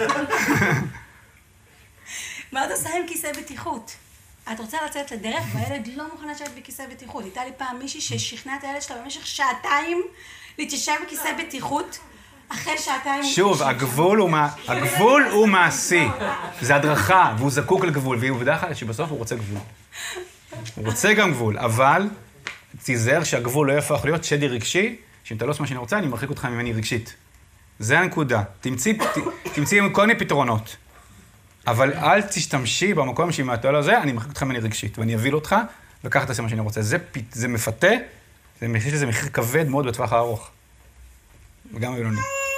מה את עושה עם כיסא בטיחות? את רוצה לצאת לדרך, והילד לא מוכן לשבת בכיסא בטיחות. הייתה לי פעם מישהי ששכנעה את הילד שלה במשך שעתיים להתיישב בכיסא בטיחות, אחרי שעתיים... שוב, הגבול הוא, מה, הגבול הוא מעשי. זה הדרכה, והוא זקוק לגבול, והיא עובדה אחת שבסוף הוא רוצה גבול. הוא רוצה גם גבול, אבל תיזהר שהגבול לא יהפוך להיות שדי רגשי, שאם אתה לא עושה מה שאני רוצה, אני מרחיק אותך ממני רגשית. זה הנקודה. תמצאי, תמצאי כל מיני פתרונות. אבל אל תשתמשי במקום שאם אתה לא זה, אני מרחיק אותך ממני רגשית, ואני אביל אותך, וכך תעשה מה שאני רוצה. זה, זה מפתה, זה מחיר שזה מחיר כבד מאוד בטווח הארוך. וגם הבינוני.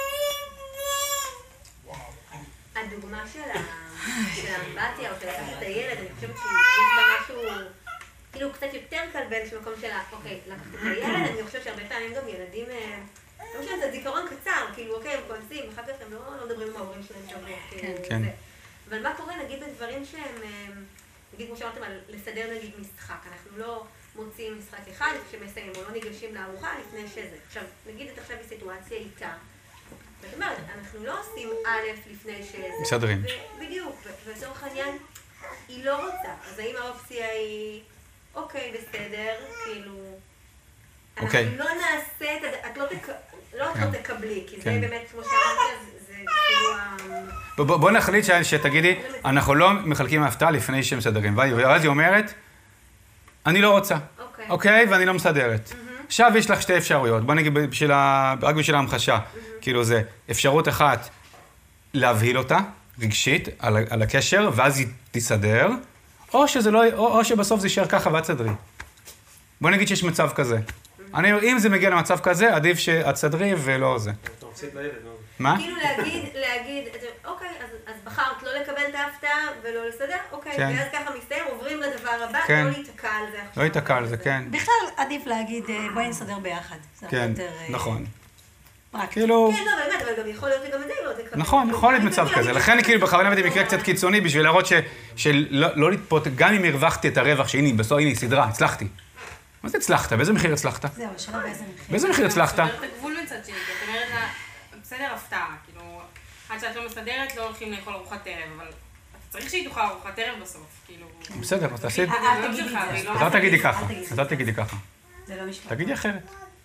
הדוגמה של האמבטיה, או של לקחת את הילד, אני חושבת שיש בה משהו, כאילו קצת יותר קל באיזשהו מקום של, אוקיי, לקחת את הילד, אני חושבת שהרבה פעמים גם ילדים לא משנה, זה זיכרון קצר, כאילו, אוקיי, הם כועסים, אחר כך הם לא מדברים עם ההורים שלהם שבוע, כאילו, זה. אבל מה קורה, נגיד, בדברים שהם, נגיד, כמו שאמרתם, על לסדר, נגיד, משחק. אנחנו לא מוצאים משחק אחד כשמסיים, או לא ניגשים לארוחה לפני שזה. עכשיו, נגיד, את עכשיו בסיטואציה איתה. זאת אומרת, אנחנו לא עושים א' לפני שזה. מסדרים. בדיוק, ובצורך העניין, היא לא רוצה. אז האם האופציה היא, אוקיי, בסדר, כאילו... אנחנו לא נעשה את זה, את לא תקבלי, כי זה באמת, כמו שאמרת, זה כאילו... בוא נחליט שתגידי, אנחנו לא מחלקים ההפתעה לפני שמסדרים. ואז היא אומרת, אני לא רוצה, אוקיי? ואני לא מסדרת. עכשיו יש לך שתי אפשרויות. בוא נגיד רק בשביל ההמחשה. כאילו זה אפשרות אחת להבהיל אותה, רגשית, על הקשר, ואז היא תסדר, או שבסוף זה יישאר ככה ואת תסדרי. בוא נגיד שיש מצב כזה. אני אומר, אם זה מגיע למצב כזה, עדיף שאת תסדרי ולא זה. אתה רוצה לילד, לא? מה? כאילו להגיד, להגיד, אוקיי, אז בחרת לא לקבל את ההפתעה ולא לסדר, אוקיי, ואז ככה מסתיים, עוברים לדבר הבא, לא להתעקע על זה עכשיו. לא להתעקע על זה, כן. בכלל עדיף להגיד, בואי נסדר ביחד. כן, נכון. כאילו... כן, לא, באמת, אבל גם יכול להיות שגם את זה לא תקבל. נכון, יכול להיות מצב כזה. לכן כאילו בכוונה הבאתי מקרה קצת קיצוני, בשביל להראות שלא לתפות, גם אם הרווחתי את הרווח, שהנה, בסוף, הנה, סדרה, הצלחתי. מה זה הצלחת? באיזה מחיר הצלחת? זהו, שלא באיזה מחיר. באיזה מחיר הצלחת? אתה מסדר את הגבול מצד שני, כי את אומרת לה, בסדר, הפתעה, כאילו, עד שאת לא מסדרת, לא הולכים לאכול ארוחת ערב, אבל אתה צריך שהיא תוכל ארוחת ערב בסוף, כאילו... בסדר, אז תעשי את זה. אל תגידי את זה. אז אל תגידי ככה, אז אל תגידי ככה. זה לא משפט. תגידי אחרת.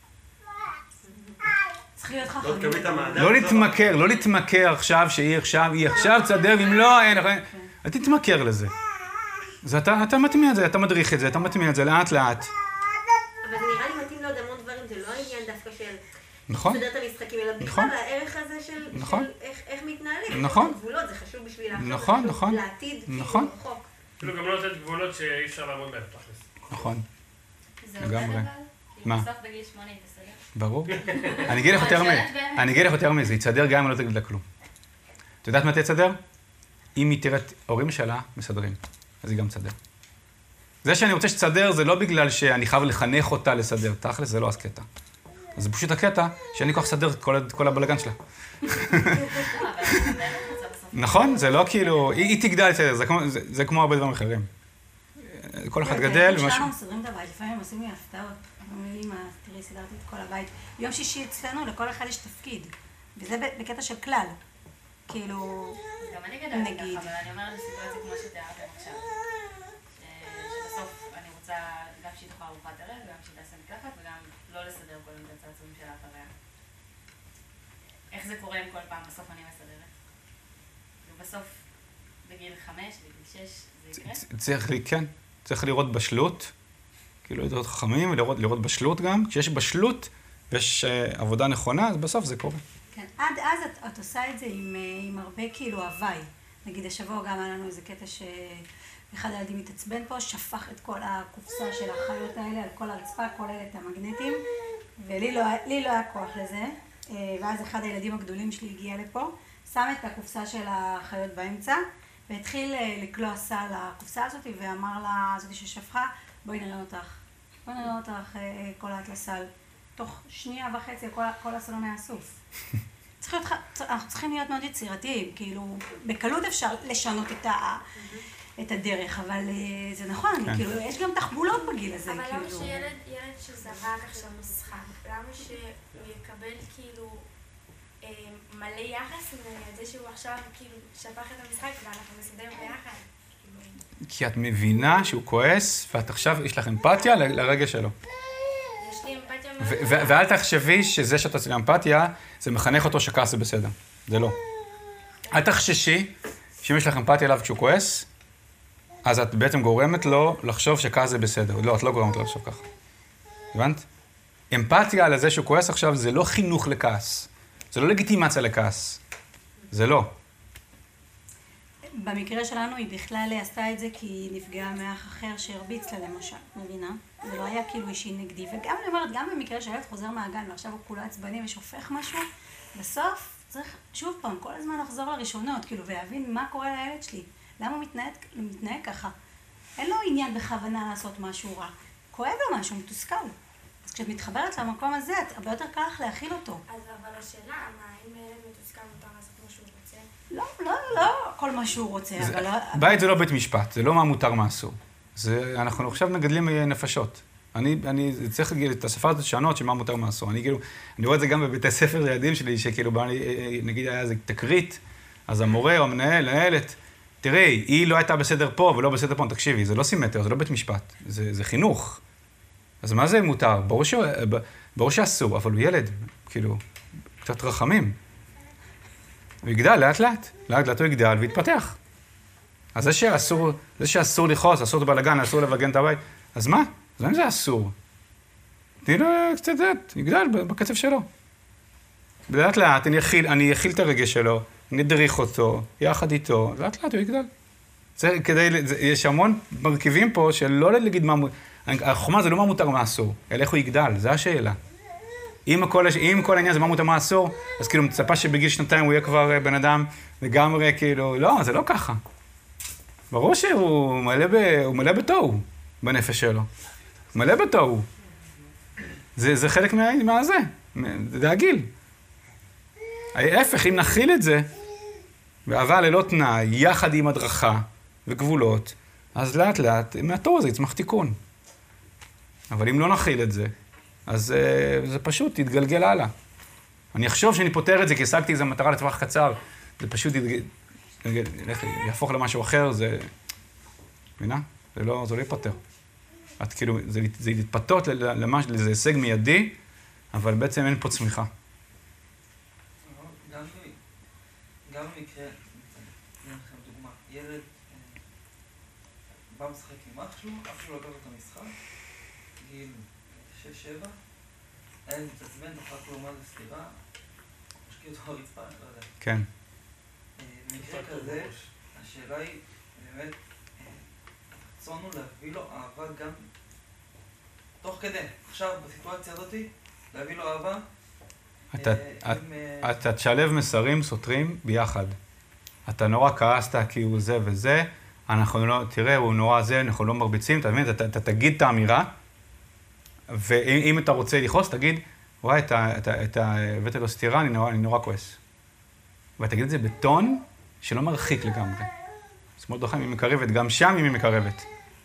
צריך להיות חכמים. לא להתמכר, לא להתמכר עכשיו, שהיא עכשיו, היא עכשיו תסדר, ואם לא, אין, אל תתמכר לזה. אתה מטמיע את זה, אתה מדריך את זה, אתה מטמיע את זה לאט לאט. אבל זה נראה לי מתאים לעוד המון דברים, זה לא העניין דווקא של... נכון. לסדר את המשחקים, אלא בכלל הערך הזה של איך מתנהלים. נכון. גבולות, זה חשוב בשביל נכון, נכון. לעתיד, נכון. רחוק. אפילו גם לא לתת גבולות שאי אפשר לעמוד בהם, תכלס. נכון. זה עובד אבל? מה? בסוף בגיל שמונה היא תסדר. ברור. אני אגיד לך יותר מזה, אני אגיד לך יותר מזה, יצדר גם אם לא תגיד לה כלום. את יודעת מתי תסדר? אם היא תראה את ההורים שלה, מסדרים. אז היא גם תסדר. זה שאני רוצה שתסדר זה לא בגלל שאני חייב לחנך אותה לסדר, תכלס זה לא אז קטע. אז זה פשוט הקטע שאני כוח לסדר את כל הבלגן שלה. נכון? זה לא כאילו, היא תגדל לסדר, זה כמו הרבה דברים אחרים. כל אחד גדל ומשהו... שלנו מסדרים את הבית, לפעמים הם עושים לי הפתעות. אומרים לי, תראי, סדרתי את כל הבית. ביום שישי אצלנו לכל אחד יש תפקיד, וזה בקטע של כלל. כאילו, גם אני גדלתי ככה, אבל אני אומרת לסיטואציה כמו שתיארתם עכשיו. שבסוף אני רוצה גם שהיא תאכל ארוחת ערב, גם שהיא תעשה מקלחת, וגם לא לסדר כל מיני צעצועים שלה אחריה. איך זה קורה אם כל פעם בסוף אני מסדרת? ובסוף, בגיל חמש, בגיל שש, זה יקרה? צריך, כן. צריך לראות בשלות, כאילו להיות חכמים, ולראות לראות בשלות גם. כשיש בשלות ויש עבודה נכונה, אז בסוף זה קורה. כן, עד אז את, את עושה את זה עם, עם הרבה כאילו הוואי. נגיד, השבוע גם היה לנו איזה קטע שאחד הילדים התעצבן פה, שפך את כל הקופסה של החיות האלה על כל הרצפה, כולל את המגנטים, ולי לא, לי לא היה כוח לזה. ואז אחד הילדים הגדולים שלי הגיע לפה, שם את הקופסה של החיות באמצע, והתחיל לקלוע סל לקופסה הזאת, ואמר לה, זאת ששפכה, בואי נראה אותך. בואי נראה אותך כל העט לסל. תוך שנייה וחצי כל, כל הסלון היה אסוף. צריך להיות, אנחנו צריכים להיות מאוד יצירתיים, כאילו, בקלות אפשר לשנות את, ה, את הדרך, אבל זה נכון, כן. כאילו, יש גם תחבולות בגיל הזה. אבל כאילו. למה שילד, ילד שזרק עכשיו משחק, למה שהוא יקבל כאילו אה, מלא יחס מזה שהוא עכשיו כאילו שפך את המשחק ואנחנו נסדר ביחד? כי את מבינה שהוא כועס, ואת עכשיו, יש לך אמפתיה לרגע שלו. יש לי אמפתיה מאוד. ואל תחשבי שזה שאת עושה אמפתיה, זה מחנך אותו שכעס זה בסדר. זה לא. אל תחששי שאם יש לך אמפתיה אליו כשהוא כועס, אז את בעצם גורמת לו לחשוב שכעס זה בסדר. לא, את לא גורמת לו לחשוב ככה. הבנת? אמפתיה על זה שהוא כועס עכשיו זה לא חינוך לכעס. זה לא לגיטימציה לכעס. זה לא. במקרה שלנו היא בכלל עשתה את זה כי היא נפגעה מאח אחר שהרביץ לה למשל, מבינה? זה לא היה כאילו אישי נגדי. וגם אני אומרת, גם במקרה שהילד חוזר מהגן ועכשיו הוא כולה עצבני ושופך משהו, בסוף צריך שוב פעם כל הזמן לחזור לראשונות, כאילו, ולהבין מה קורה לילד שלי. למה הוא מתנהג, מתנהג ככה? אין לו עניין בכוונה לעשות משהו רע. כואב לו משהו, מתוסכל. אז כשאת מתחברת למקום הזה, את הרבה יותר קל לך להכיל אותו. אז אבל השאלה, מה, אם ילד מתוסכל מותר לעשות מה שהוא רוצה? לא, לא, לא כל מה שהוא רוצה, אבל... בית זה לא בית משפט, זה לא מה מותר מה אסור. אנחנו עכשיו מגדלים נפשות. אני, אני צריך להגיד את השפה הזאת שענות של מה מותר מה אסור. אני כאילו, אני רואה את זה גם בבתי ספר לילדים שלי, שכאילו, נגיד היה איזה תקרית, אז המורה או המנהל, הנהלת, תראי, היא לא הייתה בסדר פה ולא בסדר פה, תקשיבי, זה לא סימטר, זה לא בית משפט, זה, זה חינוך. אז מה זה מותר? ברור, ש... ברור שאסור, אבל הוא ילד, כאילו, קצת רחמים. הוא יגדל לאט לאט, לאט לאט הוא יגדל ויתפתח. אז זה שאסור, זה שאסור לכעוס, אסור בלגן, אסור לבגן את הבית, אז מה? אז אין זה אסור. תני לו קצת דעת, יגדל בקצב שלו. לאט לאט אני אכיל, אני אכיל את הרגש שלו, אני אדריך אותו, יחד איתו, לאט לאט הוא יגדל. זה כדי, זה, יש המון מרכיבים פה שלא להגיד מה, החוכמה זה לא מה מותר מה אסור, אלא איך הוא יגדל, זה השאלה. אם כל, אם כל העניין זה מה מותר מה אסור, אז כאילו מצפה שבגיל שנתיים הוא יהיה כבר בן אדם לגמרי, כאילו, לא, זה לא ככה. ברור שהוא מלא, ב, הוא מלא בתוהו בנפש שלו. מלא בתוהו. זה, זה חלק מה, מה זה, זה הגיל. ההפך, אם נכיל את זה, באהבה ללא תנאי, יחד עם הדרכה וגבולות, אז לאט לאט מהתור הזה יצמח תיקון. אבל אם לא נכיל את זה, אז זה פשוט יתגלגל הלאה. אני אחשוב שאני פותר את זה, כי השגתי איזו מטרה לטווח קצר, זה פשוט יתגלגל, יהפוך למשהו אחר, זה... מבינה? זה לא, זה לא ייפטר. את כאילו, זה, זה יתפתות למש, לזה הישג מיידי, אבל בעצם אין פה צמיחה. גם גם במקרה, אני לכם דוגמה, ילד בא משחק עם אח שלו, אח שלו לקח את המשחק, גיל שש שבע, הילד מתעצבן, דוחק לו מה זה סתירה, משקיע אותו הרצפה, אני לא יודע. כן. במקרה כזה, השאלה היא באמת, רצון הוא להביא לו אהבה גם תוך כדי. עכשיו, בסיטואציה הזאת, להביא לו אהבה. אתה תשלב מסרים סותרים ביחד. אתה נורא כעסת כי הוא זה וזה, אנחנו לא, תראה, הוא נורא זה, אנחנו לא מרביצים, אתה מבין? אתה תגיד את האמירה, ואם אתה רוצה לכעוס, תגיד, וואי, אתה הבאת לו סתירה, אני נורא כועס. ותגיד את זה בטון שלא מרחיק לגמרי. שמאל דוחה אם היא מקרבת, גם שם אם היא מקרבת.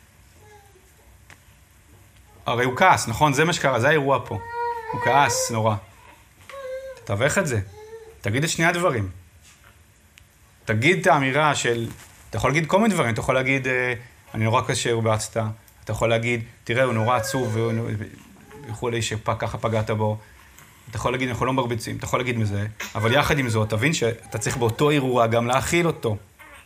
הרי הוא כעס, נכון? זה מה שקרה, זה האירוע פה. הוא כעס נורא. תתווך את זה. תגיד את שני הדברים. תגיד את האמירה של... אתה יכול להגיד כל מיני דברים. אתה יכול להגיד, אני נורא קשה, הוא בעצת. אתה יכול להגיד, תראה, הוא נורא עצוב, ויכול לי שככה פגעת בו. אתה יכול להגיד, אנחנו לא מרביצים. אתה יכול להגיד מזה. אבל יחד עם זאת, תבין שאתה צריך באותו אירוע גם להכיל אותו.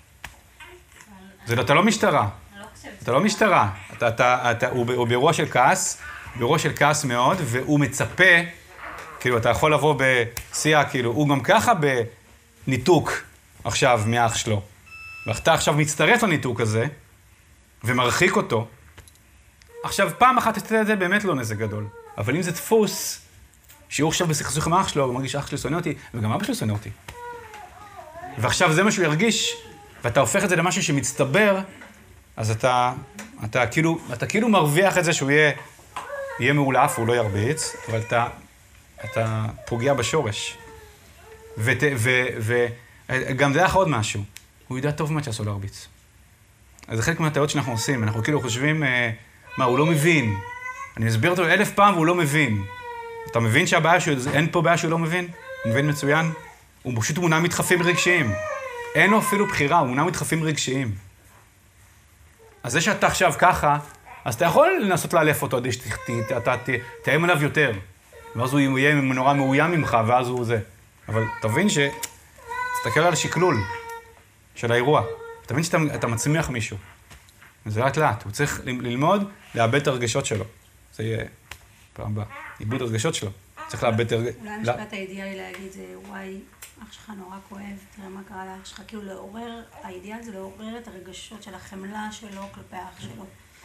אתה לא משטרה. אתה לא משטרה. הוא באירוע של כעס, באירוע של כעס מאוד, והוא מצפה, כאילו, אתה יכול לבוא בשיח, כאילו, הוא גם ככה בניתוק עכשיו מאח שלו. ואתה עכשיו מצטרף לניתוק הזה, ומרחיק אותו. עכשיו, פעם אחת תתת את זה באמת לא נזק גדול. אבל אם זה דפוס, שהוא עכשיו בסכסוך עם אח שלו, הוא מרגיש אח שלי שונא אותי, וגם אבא שלי שונא אותי. ועכשיו זה מה שהוא ירגיש, ואתה הופך את זה למשהו שמצטבר, אז אתה, אתה כאילו, אתה כאילו מרוויח את זה שהוא יהיה, יהיה מאולף, הוא לא ירביץ, אבל אתה, אתה פוגע בשורש. ות, ו, ו, גם זה עוד משהו. הוא יודע טוב מה שאסור להרביץ. אז זה חלק מהטעויות שאנחנו עושים. אנחנו כאילו חושבים, מה, הוא לא מבין. אני מסביר אותו אלף פעם והוא לא מבין. אתה מבין שהבעיה שהוא, אין פה בעיה שהוא לא מבין? הוא מבין מצוין? הוא פשוט מונע מדחפים רגשיים. אין לו אפילו בחירה, הוא מונע מדחפים רגשיים. אז זה שאתה עכשיו ככה, אז אתה יכול לנסות לאלף אותו, אתה תאיים עליו יותר. ואז הוא יהיה נורא מאוים ממך, ואז הוא זה. אבל תבין ש... תסתכל על השקלול של האירוע. תבין שאתה מצמיח מישהו. וזה לאט לאט. הוא צריך ללמוד, לאבד את הרגשות שלו. זה יהיה פעם הבאה. איבוד הרגשות שלו. צריך לאבד את הרגשות. אולי המשפט האידיאלי להגיד זה, וואי, אח שלך נורא כואב, תראה מה קרה לאח שלך. כאילו לעורר, האידיאל זה לעורר את הרגשות של החמלה שלו כלפי האח שלו.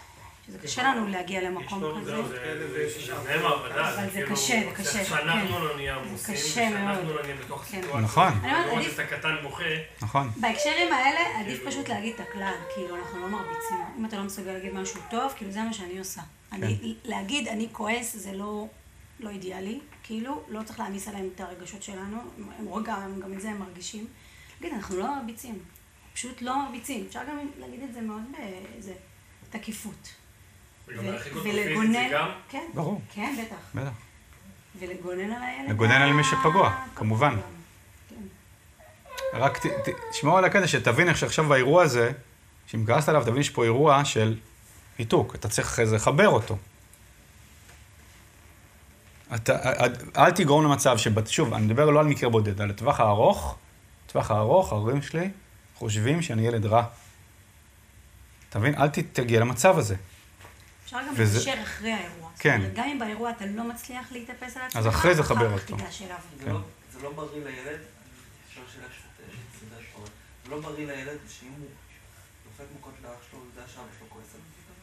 שזה קשה לנו להגיע למקום כזה. אבל זה קשה, זה קשה. שאנחנו לא נהיה עמוסים, שאנחנו לא נהיה בתוך סיטואציה. נכון. לראות את הקטן בוכה. נכון. בהקשרים האלה עדיף פשוט להגיד את הכלל, כאילו אנחנו לא מרביצים. אם אתה לא מסוגל להגיד משהו טוב, כאילו זה מה שאני עושה. להגיד אני כועס זה לא אידיאלי, כאילו לא צריך להעמיס עליהם את הרגשות שלנו, גם את זה הם מרגישים. להגיד, אנחנו לא מרביצים, פשוט לא מרביצים. אפשר גם להגיד את זה מאוד באיזה תקיפות. ולגונן, כן, ברור. כן, בטח. בטח. ולגונן על הילד. לגונן על מי שפגוע, כמובן. רק תשמעו על הקטע שתבין איך שעכשיו באירוע הזה, שאם כעסת עליו, תבין שפה אירוע של ניתוק. אתה צריך אחרי זה לחבר אותו. אל תגרום למצב שוב, אני מדבר לא על מקרה בודד, על הטווח הארוך, הטווח הארוך, ההורים שלי חושבים שאני ילד רע. אתה מבין? אל תגיע למצב הזה. אפשר גם להתקשר אחרי האירוע. כן. גם אם באירוע אתה לא מצליח להתאפס על עצמך, אז אחרי זה חבר אותו. זה לא בריא לילד, אפשר שאלה שתסדר שפורת, זה לא בריא לילד שאם הוא דופק מכות לאח שלו, הוא יודע שאבא שלו כועס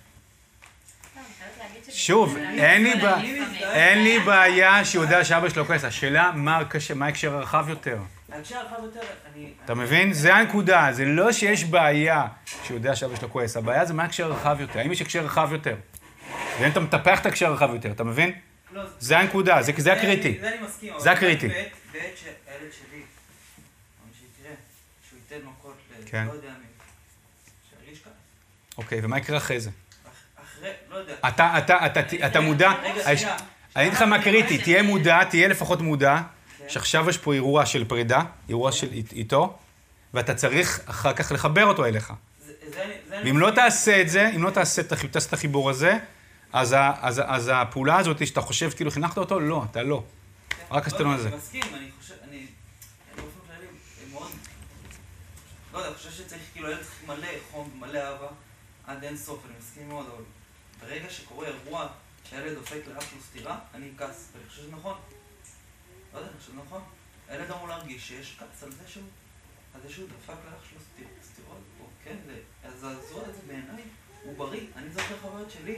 עליו. שוב, אין לי בעיה שהוא יודע שאבא שלו כועס. השאלה מה ההקשר הרחב יותר. ההקשר הרחב יותר, אני... אתה מבין? זה הנקודה. זה לא שיש בעיה שהוא יודע שאבא שלו כועס. הבעיה זה מה ההקשר הרחב יותר. האם יש הקשר רחב יותר? ואם אתה מטפח את הקשר הרחב יותר, אתה מבין? זה הנקודה, זה הקריטי. זה אני מסכים. זה הקריטי. בעת שהילד שלי, מה שיקרה, שהוא ייתן מכות ל... לא יודע מי, שירגיש כעס. אוקיי, ומה יקרה אחרי זה? אחרי, לא יודע. אתה, אתה, אתה, אתה מודע, אני אגיד לך מה קריטי, תהיה מודע, תהיה לפחות מודע, שעכשיו יש פה אירוע של פרידה, אירוע של איתו, ואתה צריך אחר כך לחבר אותו אליך. ואם לא תעשה את זה, אם לא תעשה את החיבור הזה, אז הפעולה הזאת שאתה חושב כאילו חינכת אותו, לא, אתה לא. רק הסטלון הזה. אני מסכים, אני חושב, אני... באופן כללי, מאוד... לא יודע, אני חושב שצריך כאילו ילד צריך מלא חום, מלא אהבה, עד אין סוף, אני מסכים מאוד, אבל ברגע שקורה אירוע שהילד דופק לאח שלו סתירה, אני כעס, ואני חושב שזה נכון. לא יודע, אני חושב שזה נכון. הילד אמור להרגיש שיש כעס על זה שהוא... על זה שהוא דפק לאח שלו סתירות, או כן, אז הזרוע הזה בעיניי הוא בריא. אני זוכר חוויות שלי.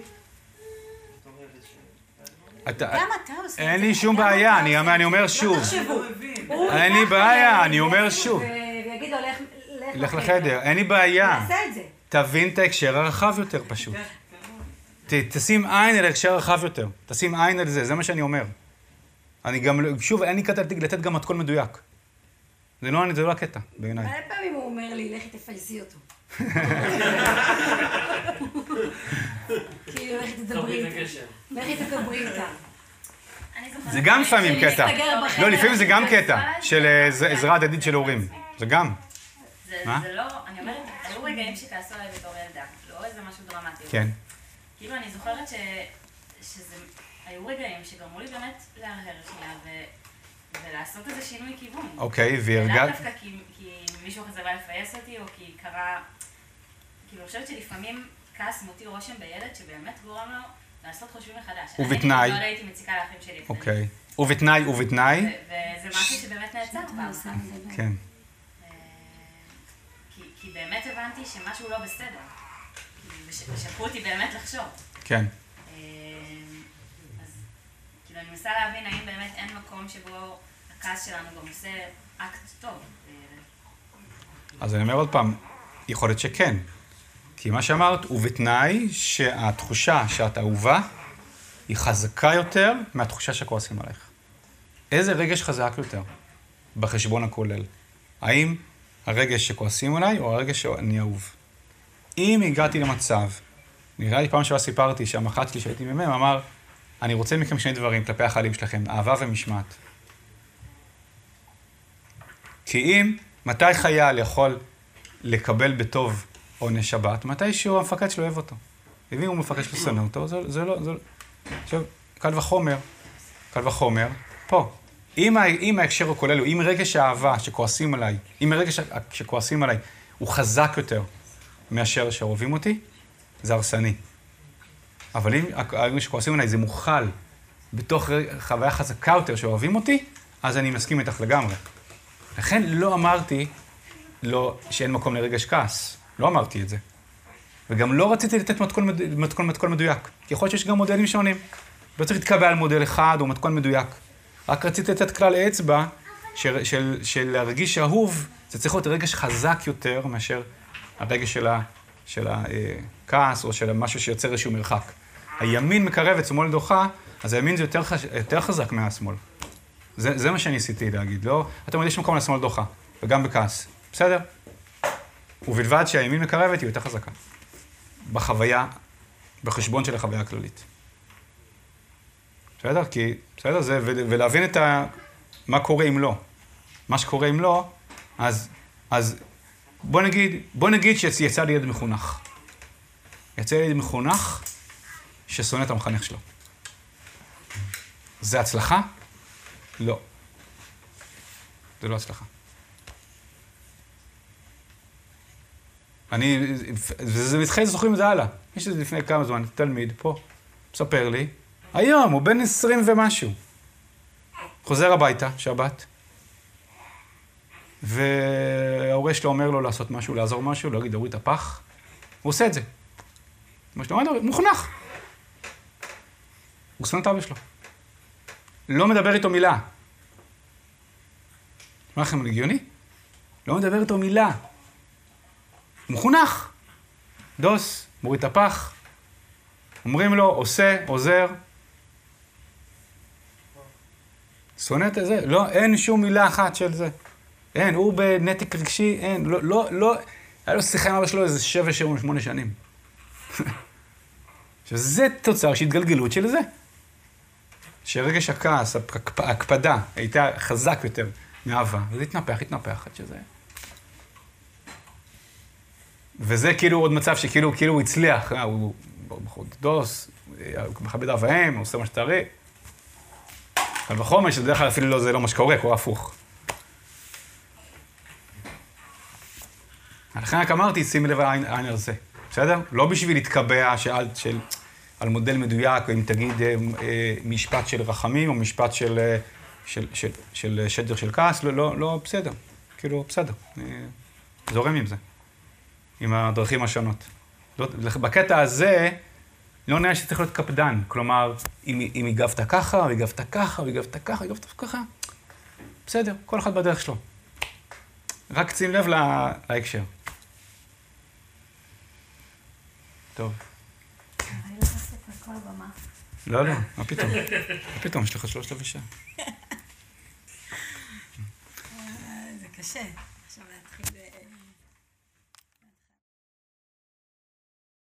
גם אתה עושה את זה. אין לי שום בעיה, אני אומר שוב. אין לי בעיה, אני אומר שוב. ויגיד לו, לך לחדר, אין לי בעיה. נעשה את זה. תבין את ההקשר הרחב יותר פשוט. תשים עין על ההקשר הרחב יותר. תשים עין על זה, זה מה שאני אומר. אני גם, שוב, אין לי קטע לתת גם מתכון מדויק. זה לא, זה לא הקטע, בעיניי. הרבה פעמים הוא אומר לי, לכי תפייסי אותו. כאילו, לכי תדברי איתה. לכי תדברי איתה. זה גם לפעמים קטע. לא, לפעמים זה גם קטע של עזרה הדדית של הורים. זה גם. מה? זה לא, אני אומרת, היו רגעים שכעסו עליי בתור ילדה, לא איזה משהו דרמטי. כן. כאילו, אני זוכרת שזה, היו רגעים שגרמו לי באמת להרהר שנייה ולעשות איזה שינוי כיוון. אוקיי, והרגעת? ולא דווקא כי מישהו חזר לפייס אותי, או כי קרה... כאילו, אני חושבת שלפעמים כעס מותיר רושם בילד שבאמת גורם לו לעשות חושבים מחדש. ובתנאי. אני לא הייתי מציקה לאחים שלי. אוקיי. ובתנאי, ובתנאי. וזה משהו שבאמת נעצר פעם אחת. כן. כי באמת הבנתי שמשהו לא בסדר. ושקעו אותי באמת לחשוב. כן. אז כאילו אני מנסה להבין האם באמת אין מקום שבו הכעס שלנו גם עושה אקט טוב. אז אני אומר עוד פעם, יכול להיות שכן. כי מה שאמרת, ובתנאי שהתחושה שאת אהובה היא חזקה יותר מהתחושה שכועסים עלייך. איזה רגש חזק יותר בחשבון הכולל? האם הרגש שכועסים עליי או הרגש שאני אהוב? אם הגעתי למצב, נראה לי פעם שבה סיפרתי שהמח"ט שלי שהייתי ממם אמר, אני רוצה מכם שני דברים כלפי החיילים שלכם, אהבה ומשמעת. כי אם, מתי חייל יכול לקבל בטוב עונש שבת, מתי שהוא המפקד שלו אוהב אותו. ואם הוא מפקד שלו שונא אותו, זה, זה לא, זה לא. עכשיו, קל וחומר, קל וחומר, פה. אם, אם ההקשר הכולל הוא, אם רגש האהבה שכועסים עליי, אם הרגש שכועסים עליי הוא חזק יותר מאשר שאוהבים אותי, זה הרסני. אבל אם הרגש שכועסים עליי זה מוכל בתוך חוויה חזקה יותר שאוהבים אותי, אז אני מסכים איתך לגמרי. לכן לא אמרתי לא, שאין מקום לרגש כעס. לא אמרתי את זה. וגם לא רציתי לתת מתכון, מתכון, מתכון מדויק. כי יכול להיות שיש גם מודלים שונים. לא צריך להתקבע על מודל אחד או מתכון מדויק. רק רציתי לתת כלל אצבע של, של, של להרגיש אהוב, זה צריך להיות רגש חזק יותר מאשר הרגש של, ה, של הכעס או של משהו שיוצר איזשהו מרחק. הימין מקרב את שמאל דוחה, אז הימין זה יותר, יותר חזק מהשמאל. זה, זה מה שאני ניסיתי להגיד, לא? אתה אומר, יש מקום לשמאל דוחה, וגם בכעס. בסדר? ובלבד שהימין מקרבת היא יותר חזקה. בחוויה, בחשבון של החוויה הכללית. בסדר? כי, בסדר, זה, ולהבין את ה... מה קורה אם לא. מה שקורה אם לא, אז, אז בוא נגיד, בוא נגיד שיצא לי ילד מחונך. יצא לי ילד מחונך ששונא את המחנך שלו. זה הצלחה? לא. זה לא הצלחה. אני, וזה מתחיל, זוכרים את זה הלאה. יש את זה לפני כמה זמן, תלמיד פה, מספר לי, היום, הוא בן עשרים ומשהו. חוזר הביתה, שבת, וההורה שלו אומר לו לעשות משהו, לעזור משהו, להגיד, הוריד את הפח, הוא עושה את זה. מה שאתה אומר, הוא מוכנח. הוא שונא את אבא שלו. לא מדבר איתו מילה. מה לכם, הגיוני? לא מדבר איתו מילה. הוא מחונך. דוס, מוריד את הפח. אומרים לו, עושה, עוזר. שונא את זה. לא, אין שום מילה אחת של זה. אין, הוא בנתק רגשי, אין. לא, לא, לא. היה לו שיחה עם אבא שלו איזה שבע, שבע, שמונה שנים. שזה תוצר של התגלגלות של זה. שרגש הכעס, ההקפדה, הייתה חזק יותר מאהבה. וזה התנפח, התנפח, עד שזה... וזה כאילו עוד מצב שכאילו כאילו הוא הצליח, הוא דוס, הוא מכבד אב ואם, הוא עושה מה שתראי. אבל בחומר שבדרך כלל אפילו לא, זה לא מה שקורה, קורה הפוך. לכן רק אמרתי, שימי לב העין על זה, בסדר? לא בשביל להתקבע שעל, של, על מודל מדויק, או אם תגיד אה, אה, משפט של רחמים, או משפט של, אה, של, של, של שדר של כעס, לא, לא, לא, בסדר. כאילו, בסדר. אה, זורם עם זה. עם הדרכים השונות. בקטע הזה, לא נראה שצריך להיות קפדן. כלומר, אם, אם הגבת ככה, או הגבת ככה, או הגבת ככה, או הגבת ככה, בסדר, כל אחד בדרך שלו. רק שים לב לה, להקשר. טוב. אני לא חושבת על כל הבמה. לא, לא, מה פתאום? מה פתאום? יש לך שלושת רבעי שעה. זה קשה. עכשיו להתחיל...